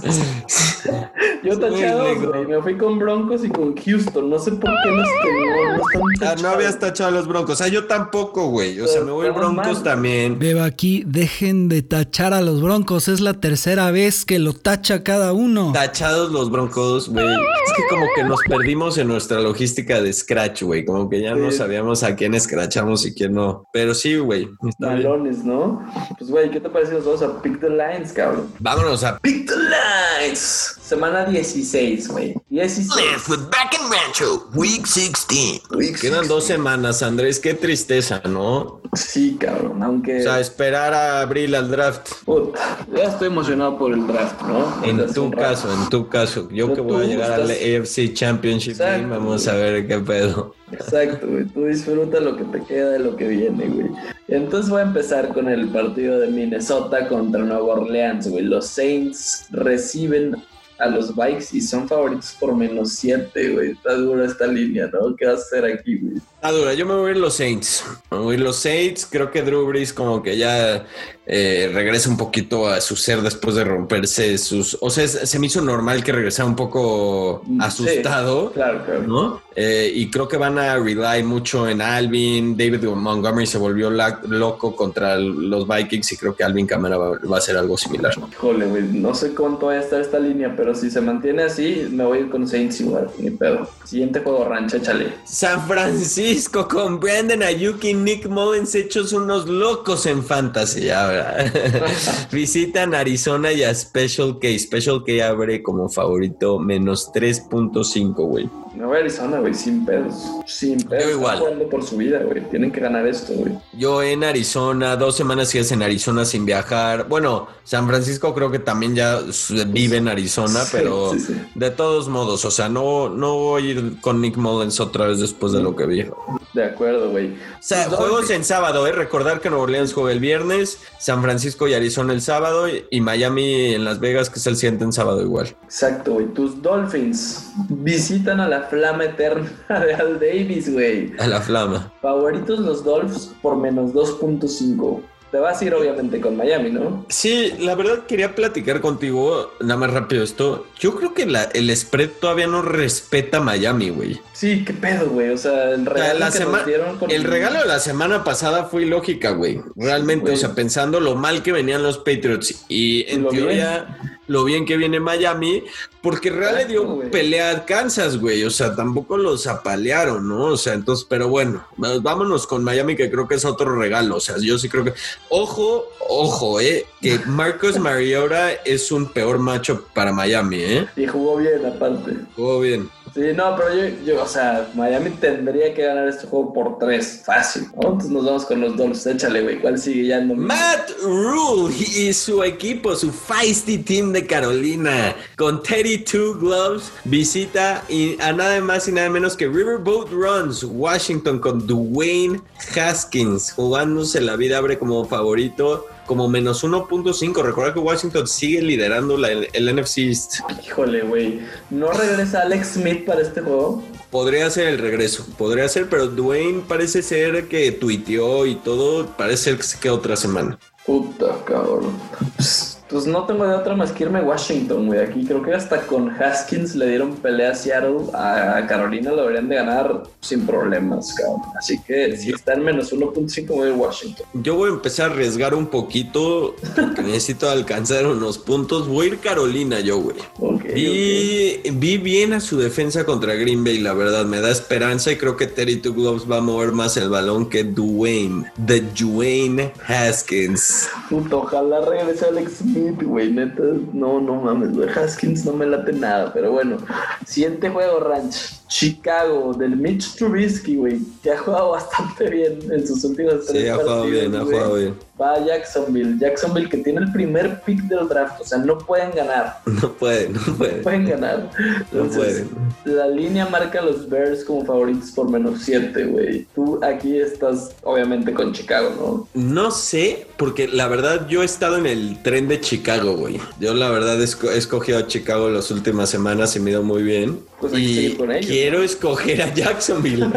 A: Yo taché a 2, güey. Me fui con Broncos y con Houston. No sé por qué no están tachados.
B: No habías tachado a los Broncos. Yo tampoco, güey. O sea, me voy Broncos también.
C: Veo aquí, dejen de tachar a los Broncos. Es la tercera vez que lo tacha cada uno.
B: Tachados los Broncos, güey. Es que como que nos perdimos en nuestra logística de scratch, güey. Como que ya no sabíamos a quién scratchamos y quién no. Pero sí, güey.
A: Balones, ¿no? Pues, güey, ¿qué te parece? Nos vamos a Pick the Lines, cabrón.
B: Vámonos a
A: Pick the Lines. Semana 16, güey. 16.
B: Live with Back in Rancho, Week 16. Quedan 2 semanas, Andrés. Qué tristeza, ¿no?
A: Sí, cabrón, aunque...
B: O sea, esperar a abril al draft.
A: Puta, ya estoy emocionado por el draft, ¿no?
B: En tu caso. Yo que voy a llegar al AFC Championship Game, vamos a ver qué pedo.
A: Exacto, güey. Tú disfruta lo que te queda de lo que viene, güey. Entonces voy a empezar con el partido de Minnesota contra Nueva Orleans, güey. Los Saints reciben a los Vikes y son favoritos por -7, güey. Está dura esta línea, ¿no? ¿Qué vas a hacer aquí, güey?
B: Está dura. Yo me voy a ir los Saints. Creo que Drew Brees como que ya regresa un poquito a su ser después de romperse sus... O sea, se me hizo normal que regresara un poco asustado.
A: Sí, claro.
B: ¿No? Y creo que van a rely mucho en Alvin. David Montgomery se volvió loco contra los Vikings y creo que Alvin Kamara va a hacer algo similar.
A: Híjole, güey, no sé cuánto va a estar esta línea, pero si se mantiene así, me voy a ir con Saints igual, ni pedo. Siguiente juego, rancha, échale.
B: San Francisco con Brandon Ayuk y Nick Mullins hechos unos locos en fantasy. A ver. Visitan Arizona y a Special K. Special K abre como favorito menos 3.5, güey.
A: No voy a Arizona, güey, sin pedos. Sin pedos.
B: Yo igual.
A: Están jugando por su vida, güey. Tienen que ganar esto, güey.
B: Yo en Arizona, 2 semanas sigues en Arizona sin viajar. Bueno, San Francisco creo que también ya vive en Arizona, sí, pero sí. De todos modos, o sea, no voy a ir con Nick Mullens otra vez después de lo que vi.
A: De acuerdo, güey.
B: O sea, juegos en sábado, recordar que Nueva Orleans juega el viernes, San Francisco y Arizona el sábado y Miami en Las Vegas, que es el siguiente en sábado igual.
A: Exacto, güey. Tus Dolphins visitan a la flama eterna de Al Davis, güey.
B: A la flama.
A: Favoritos los Dolphs por menos 2.5. Te vas a ir obviamente con Miami, ¿no?
B: Sí, la verdad quería platicar contigo, nada más rápido esto. Yo creo que el spread todavía no respeta a Miami, güey.
A: Sí, qué pedo, güey. O sea, el regalo que nos dieron con...
B: El regalo de la semana pasada fue ilógica, güey. Realmente, güey. O sea, pensando lo mal que venían los Patriots y en teoría lo bien que viene Miami, porque Real le dio pelea a Kansas, güey. O sea, tampoco los apalearon, ¿no? O sea, entonces, pero bueno, vámonos con Miami, que creo que es otro regalo. O sea, yo sí creo que... Ojo, que Marcus Mariota es un peor matchup para Miami,
A: Y jugó bien, aparte.
B: Jugó bien.
A: Sí, no, pero yo, o sea, Miami tendría que ganar este juego por 3, fácil, ¿no? Entonces nos vamos con los Dolphins. Échale, güey, ¿cuál sigue ya? No,
B: Matt Rule y su equipo, su feisty team de Carolina, con 32 gloves, visita a nada más y nada menos que Riverboat Runs, Washington, con Dwayne Haskins, jugándose la vida, abre como favorito, como menos 1.5. Recuerda que Washington sigue liderando el NFC East.
A: Híjole, güey. ¿No regresa Alex Smith para este juego?
B: Podría ser el regreso, pero Dwayne parece ser que tuiteó y todo, parece ser que se queda otra semana.
A: Puta, cabrón. Pues no tengo de otra más que irme a Washington, güey. Aquí creo que hasta con Haskins le dieron pelea a Seattle. A Carolina lo deberían de ganar sin problemas, cabrón. Así que si está en menos 1.5, voy a Washington.
B: Yo voy a empezar a arriesgar un poquito porque necesito alcanzar unos puntos. Voy a ir Carolina yo, güey. Vi bien a su defensa contra Green Bay, la verdad. Me da esperanza y creo que Terry Two Gloves va a mover más el balón que Dwayne Haskins.
A: Puto, ojalá regrese Alex Smith, güey, neta, no mames, güey, Haskins no me late nada, pero bueno, siguiente juego, Ranch, Chicago, del Mitch Trubisky, güey, que ha jugado bastante bien en sus últimos 3 partidos.
B: Ha jugado bien.
A: Va a Jacksonville que tiene el primer pick del draft, o sea, no pueden ganar.
B: No pueden
A: ganar. Entonces, la línea marca a los Bears como favoritos por menos 7, güey. Tú aquí estás, obviamente, con Chicago, ¿no?
B: No sé, porque la verdad yo he estado en el tren de Chicago, güey. Yo la verdad he escogido a Chicago las últimas semanas y me ha ido muy bien.
A: Pues
B: y
A: con ellos,
B: quiero escoger a Jacksonville.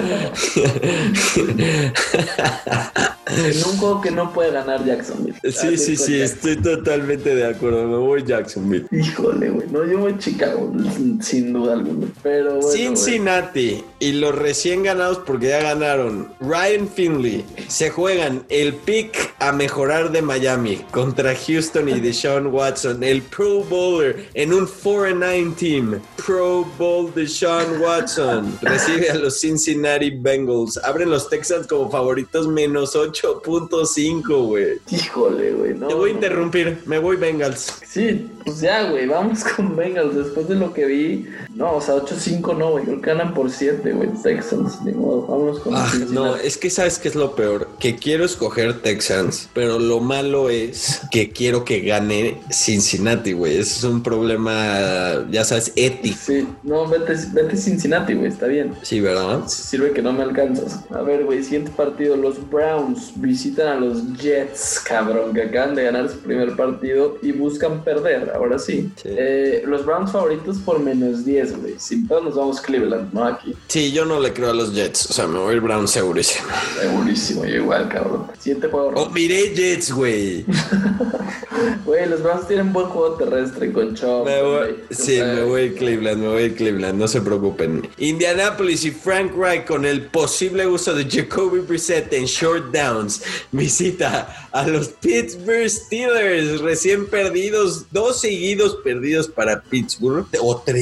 A: En un juego que no puede ganar Jacksonville.
B: Sí, estoy totalmente de acuerdo. Me voy Jacksonville.
A: Híjole, güey. No, yo voy Chicago, sin duda alguna. Pero bueno,
B: Cincinnati y los recién ganados, porque ya ganaron, Ryan Finley, se juegan el pick a mejorar de Miami contra Houston y Deshaun Watson, el Pro Bowler en un 4-9 team. Pro Bowl Deshaun Watson recibe a los Cincinnati Bengals. Abren los Texans como favoritos menos 8.5, güey.
A: Híjole, güey. No,
B: te voy a interrumpir. Me voy Bengals.
A: Sí, pues ya, güey. Vamos con Bengals. Después de lo que vi. No, o sea, 8-5 no, güey. Creo que ganan por 7, güey. Texans. Ni modo. Vámonos con
B: no, es que ¿sabes qué es lo peor? Que quiero escoger Texans, pero lo malo es que quiero que gane Cincinnati, güey. Ese es un problema, ya sabes, ético.
A: Sí, no, vete Cincinnati, güey. Está bien.
B: Sí, ¿verdad?
A: Sirve que no me alcanzas. A ver, güey. Siguiente partido. Los Browns visitan a los Jets, cabrón, que acaban de ganar su primer partido y buscan perder, ahora sí. Los Browns favoritos por menos 10, güey. Sin pedo nos vamos Cleveland, ¿no? Aquí.
B: Sí, yo no le creo a los Jets. O sea, me voy a ir Browns segurísimo.
A: Segurísimo, yo igual, cabrón. Siguiente juego.
B: Miré Jets, güey.
A: Güey, los Browns tienen buen juego terrestre con Chubb.
B: Me voy a Cleveland, no se preocupen. Indianapolis y Frank Reich con el posible uso de Jacoby Brissett en short downs. Visita a los Pittsburgh Steelers, recién perdidos, 2 seguidos perdidos para Pittsburgh. O 3, güey.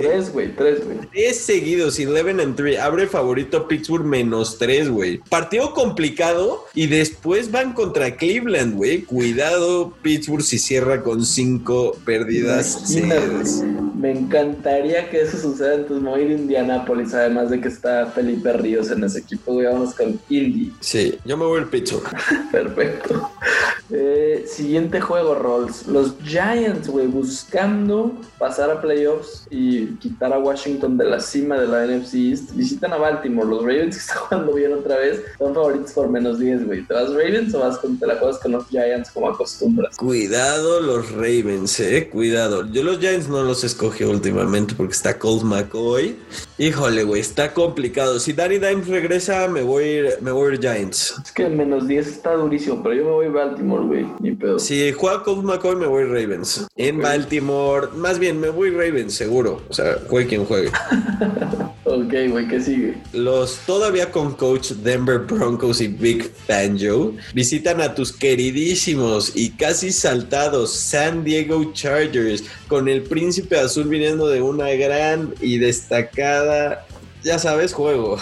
A: 3, güey. 3
B: seguidos, 11-3. Abre favorito Pittsburgh -3, güey. Partido complicado y después van contra Cleveland, güey. Cuidado, Pittsburgh si cierra con 5 pérdidas seguidas.
A: Me encantaría que eso suceda, entonces me voy a ir a Indianápolis, además de que está Felipe Ríos en ese equipo, güey. Vamos con Indy.
B: Sí, yo me voy al Pittsburgh.
A: Perfecto. Siguiente juego, Rolls. Los Giants, güey, buscando pasar a playoffs y quitar a Washington de la cima de la NFC East. Visitan a Baltimore. Los Ravens, que están jugando bien otra vez, son favoritos por -10, güey. ¿Te vas Ravens o te la juegas con los Giants como acostumbras?
B: Cuidado los Ravens, cuidado. Yo los Giants no los escogí últimamente porque está Colt McCoy. Híjole, güey, está complicado. Si Danny Dimes regresa, me voy a ir Giants.
A: Es que -10 está durísimo, pero yo me voy a Baltimore, güey. Ni pedo.
B: Si juega Colt McCoy, me voy Ravens. En Baltimore, más bien, me voy Ravens, seguro. O sea, juegue quien juegue.
A: Ok, güey, ¿qué sigue?
B: Los todavía con coach Denver Broncos y Vic Fangio visitan a tus queridísimos y casi saltados San Diego Chargers, con el príncipe azul viniendo de una gran y destacada, ya sabes, juego.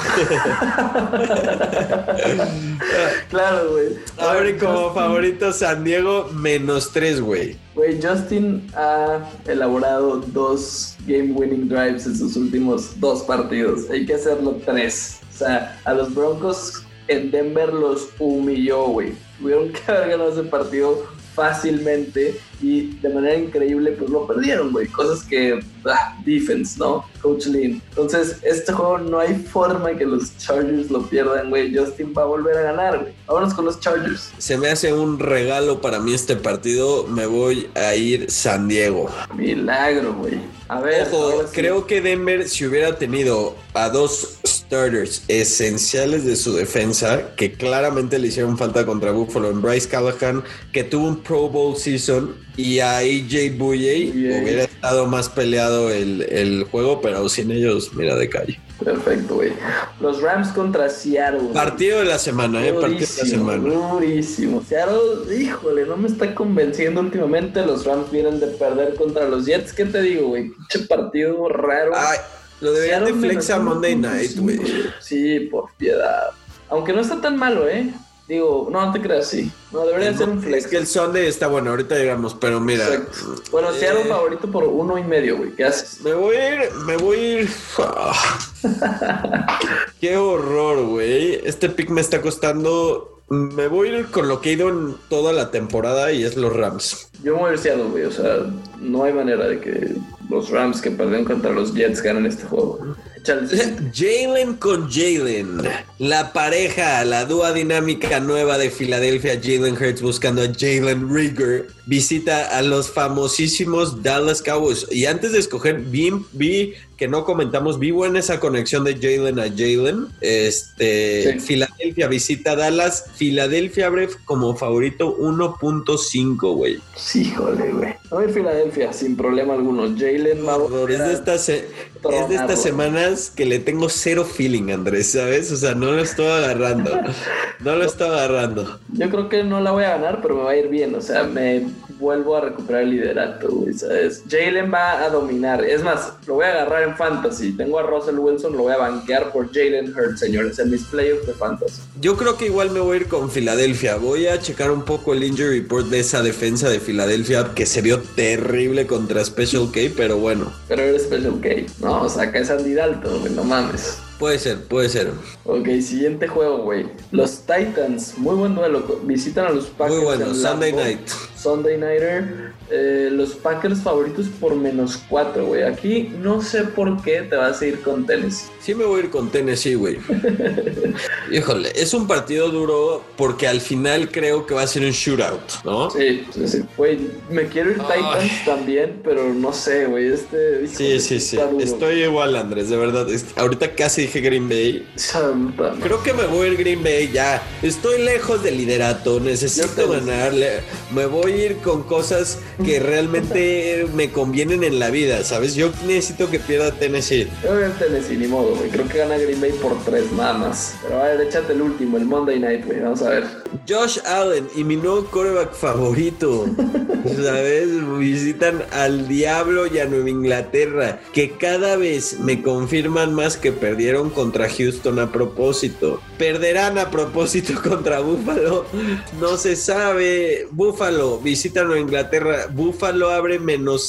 A: Claro, güey.
B: Abre como favorito San Diego -3, güey.
A: Güey, Justin ha elaborado 2 game-winning drives en sus últimos 2 partidos. Hay que hacerlo 3. O sea, a los Broncos en Denver los humilló, güey. Tuvieron que haber ganado ese partido fácilmente y de manera increíble pues lo perdieron, güey. Cosas que defense, ¿no? Coach Lynn. Entonces este juego no hay forma que los Chargers lo pierdan, güey. Justin va a volver a ganar, güey. Vámonos con los Chargers.
B: Se me hace un regalo para mí este partido. Me voy a ir San Diego.
A: Milagro, güey. A ver,
B: ojo, creo que Denver, si hubiera tenido a 2 starters esenciales de su defensa, que claramente le hicieron falta contra Buffalo, en Bryce Callahan, que tuvo un Pro Bowl season, y a AJ Bouye, hubiera estado más peleado el juego, pero sin ellos, mira, de calle.
A: Perfecto, güey. Los Rams contra Seattle.
B: Partido de la semana, partido de la semana.
A: Durísimo. Seattle, híjole, no me está convenciendo últimamente. Los Rams vienen de perder contra los Jets. ¿Qué te digo, güey? Pinche partido raro.
B: Ay, lo deberían de flex a Monday Night, güey.
A: Sí, por piedad. Aunque no está tan malo, Digo, no te creas, sí. No, debería ser un flex.
B: Es que el Sunday está bueno, ahorita llegamos, pero mira.
A: Exacto. Bueno, Seattle favorito por 1.5, güey. ¿Qué haces?
B: Me voy a ir. Qué horror, güey. Este pick me está costando. Me voy a ir con lo que he ido en toda la temporada y es los Rams.
A: Yo me voy a ir Seattle, güey. O sea, no hay manera de que los Rams que perdieron contra los Jets ganen este juego.
B: Jalen con Jalen, la pareja, la dúa dinámica nueva de Filadelfia. Jalen Hurts buscando a Jalen Reagor, visita a los famosísimos Dallas Cowboys. Y antes de escoger, vi que no comentamos, vi buena esa conexión de Jalen a Jalen. Sí. Filadelfia visita a Dallas. Filadelfia abre como favorito 1.5, güey.
A: Sí, jole, güey. A ver, Filadelfia, sin problema alguno. Jalen va a...
B: Es de estas semanas que le tengo cero feeling, Andrés, ¿sabes? O sea, no lo estoy agarrando.
A: Yo creo que no la voy a ganar, pero me va a ir bien. O sea, me vuelvo a recuperar el liderato, güey, ¿sabes? Jalen va a dominar. Es más, lo voy a agarrar en Fantasy. Tengo a Russell Wilson, lo voy a banquear por Jalen Hurts, señores, en mis playoffs de Fantasy.
B: Yo creo que igual me voy a ir con Filadelfia. Voy a checar un poco el injury report de esa defensa de Filadelfia que se vio terrible contra Special K, pero bueno.
A: Pero eres Special K, ¿no? O sea, acá es Andy Dalton, güey, no mames.
B: Puede ser.
A: Ok, siguiente juego, güey. Los Titans, muy buen duelo. Visitan a los Packers.
B: Muy bueno,
A: Sunday Nighter. Los Packers favoritos por -4, güey. Aquí no sé por qué te vas a ir con Tennessee.
B: Sí me voy a ir con Tennessee, güey. Híjole, es un partido duro porque al final creo que va a ser un shootout, ¿no?
A: Sí. Güey, me quiero ir Titans también, pero no sé, güey.
B: Sí. Estoy igual, Andrés, de verdad. Ahorita casi dije Green Bay. Creo que me voy a ir Green Bay ya. Estoy lejos del liderato. Necesito ganarle. Me voy a ir con cosas que realmente me convienen en la vida, ¿sabes? Yo necesito que pierda Tennessee.
A: Yo voy a Tennessee, ni modo, güey. Creo que gana Green Bay por 3 nada más. Pero a ver, échate el último, el Monday Night, güey. Vamos a ver.
B: Josh Allen y mi nuevo quarterback favorito, ¿sabes? Visitan al diablo y a Nueva Inglaterra, que cada vez me confirman más que perdieron contra Houston a propósito. ¿Perderán a propósito contra Buffalo? No se sabe. Buffalo visita Nueva Inglaterra. Buffalo abre menos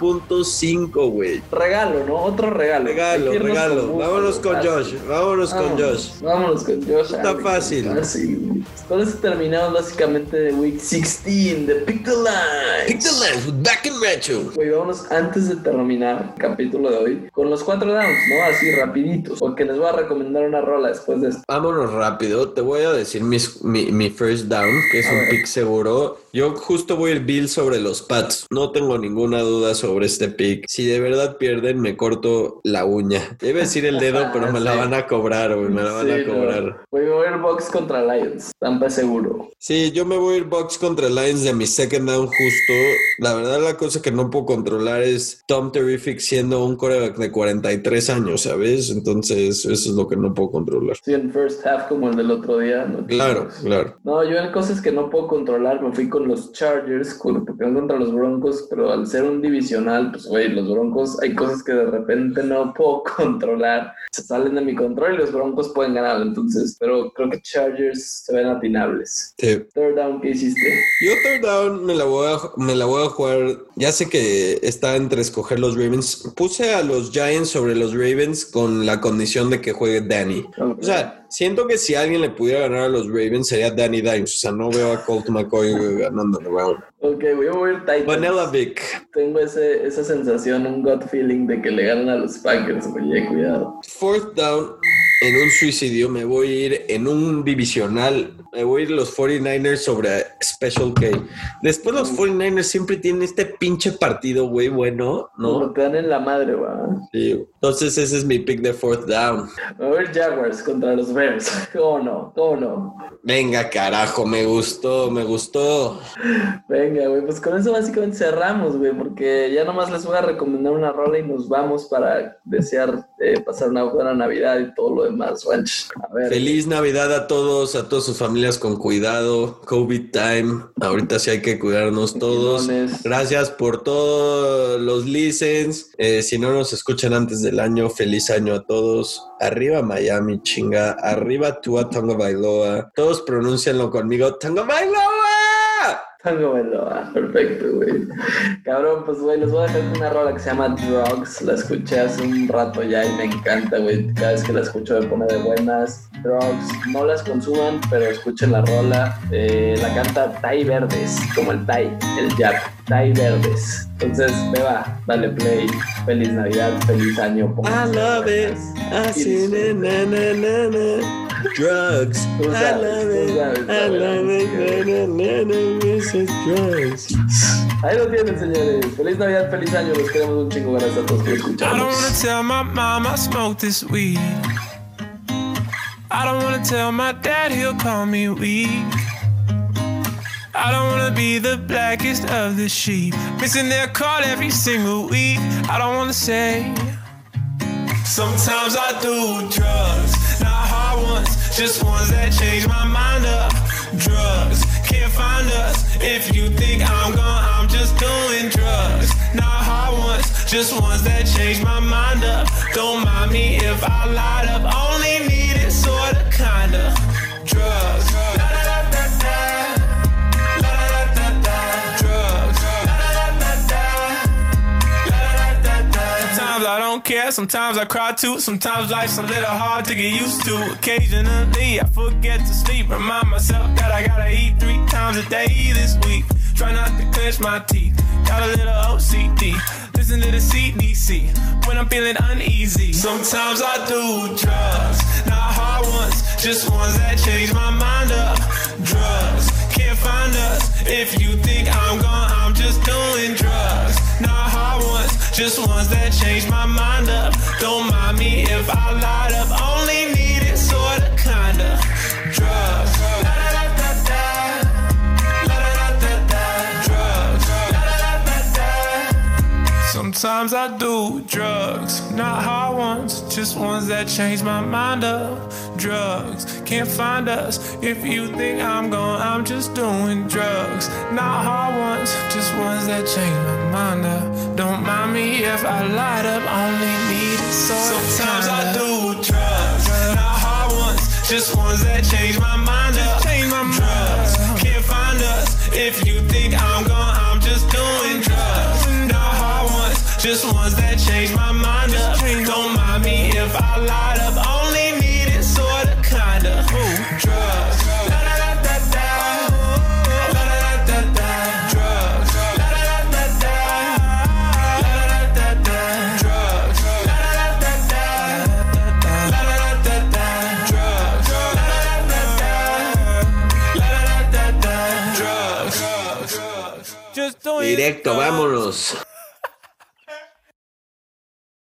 B: 6.5, güey.
A: Regalo, ¿no? Otro regalo.
B: Regalo. Vámonos con Josh. Vámonos con Josh. Está fácil.
A: Con eso terminamos básicamente de Week 16 de Pick the Lines.
B: Pick the Lines with Back and Retro.
A: Güey, vámonos antes de terminar el capítulo de hoy con los 4 downs, ¿no? Así rapiditos. Porque les voy a recomendar una rola después de esto.
B: Vámonos rápido. Te voy a decir mi first down, que es un pick seguro. Yo justo voy a ir Bill sobre los Pats. No tengo ninguna duda sobre este pick. Si de verdad pierden, me corto la uña. Debe decir el dedo, pero me la van a cobrar, güey. Me la van a cobrar. No.
A: Voy a ir Bucks contra Lions. Tampa seguro.
B: Sí, yo me voy a ir Bucks contra Lions de mi second down justo. La verdad, la cosa que no puedo controlar es Tom Terrific siendo un quarterback de 43 años, ¿sabes? Entonces, eso es lo que no puedo controlar.
A: Sí, en first half como el del otro día. ¿No?
B: Claro.
A: No, yo en cosas que no puedo controlar me fui con los Chargers, porque van contra los Broncos, pero al ser un divisional, pues güey, los Broncos hay cosas que de repente no puedo controlar, se salen de mi control y los Broncos pueden ganar, entonces, pero creo que Chargers se ven atinables.
B: Sí.
A: Third down, ¿qué hiciste?
B: Yo third down me la voy a jugar, ya sé que está entre escoger los Ravens, puse a los Giants sobre los Ravens con la condición de que juegue Danny. Okay. O sea, siento que si alguien le pudiera ganar a los Ravens sería Danny Dimes. O sea, no veo a Colt McCoy ganando el round.
A: Ok, voy a ir Titans.
B: Vanilla Vic.
A: Tengo esa sensación, un gut feeling de que le ganan a los Packers. Oye, cuidado.
B: Fourth down, en un suicidio, me voy a ir en un divisional. Me voy a ir los 49ers sobre Special K. Después los 49ers siempre tienen este pinche partido, güey, bueno, ¿no?
A: Como te dan en la madre, güey.
B: Sí. Entonces ese es mi pick de fourth down.
A: A ver Jaguars contra los Bears. ¿Cómo no?
B: Venga, carajo, me gustó.
A: Venga, güey, pues con eso básicamente cerramos, güey, porque ya nomás les voy a recomendar una rola y nos vamos para desear pasar una buena Navidad y todo lo demás, ranch. A ver.
B: Feliz Navidad a todas sus familias con cuidado. COVID time. Ahorita sí hay que cuidarnos todos. Gracias por todos los listens. Si no nos escuchan antes del año, feliz año a todos. Arriba Miami, chinga. Arriba Tua Tagovailoa. Todos pronúncianlo conmigo. ¡Tagovailoa!
A: Tagovailoa, perfecto, güey. Cabrón, pues, güey, les voy a dejar una rola que se llama Drugs. La escuché hace un rato ya y me encanta, güey. Cada vez que la escucho me pone de buenas. Drugs, no las consuman, pero escuchen la rola. La canta Tai Verdes, como el Tai, el Jab. Tai Verdes. Entonces, beba, dale play. Feliz Navidad, feliz año.
B: I love it. I see na. Drugs. I love it. Drugs.
A: Ahí lo tienen, señores. Feliz Navidad, feliz año. Los queremos un chingo. Gracias a todos por escucharnos.
D: I don't wanna tell my mom I smoke this weed. I don't wanna tell my dad, he'll call me weak. I don't wanna be the blackest of the sheep, missing their call every single week. I don't wanna say. Sometimes I do drugs, not hard ones, just ones that change my mind up. Drugs can't find us. If you think I'm gone, I'm just doing drugs. Not hard ones, just ones that change my mind up. Don't mind me if I light up. Only need it sorta kinda. Drugs. La da da da da. La da da da da. Drugs. La da da da da. La da da da da. Sometimes I don't care, sometimes I cry too. Sometimes life's a little hard to get used to. Occasionally I forget to sleep. Remind myself that I gotta eat 3 times a day this week. Try not to clench my teeth. Got a little OCD. Listen to the CDC when I'm feeling uneasy. Sometimes I do drugs, not hard ones, just ones that change my mind up. Drugs can't find us. If you think I'm gone, I'm just doing drugs. Not hard ones, just ones that change my mind up. Don't mind me if I light up. Only need it sorta kinda. Drugs. La da da da da. La da da da da. Drugs. Sometimes I do drugs, not hard ones, just ones that change my mind up. Drugs can't find us. If you think I'm gone, I'm just doing drugs, not hard ones, just ones that change my mind up. Don't mind me if I light up, only need it sometimes I do drugs, not hard ones, just ones that change my mind up. Drugs can't find us. If you think I'm gone, I'm just doing drugs, not hard ones, just ones that change my mind up. Don't mind me if I light up, only need it sorta kinda. Drugs, la la la da da, la la la da da. Drugs, la la la da da, la la la da da. Drugs, la la la da da, la la la da da. Drugs, la la la da da, la la la da da. Drugs, just doing
B: directo, vámonos.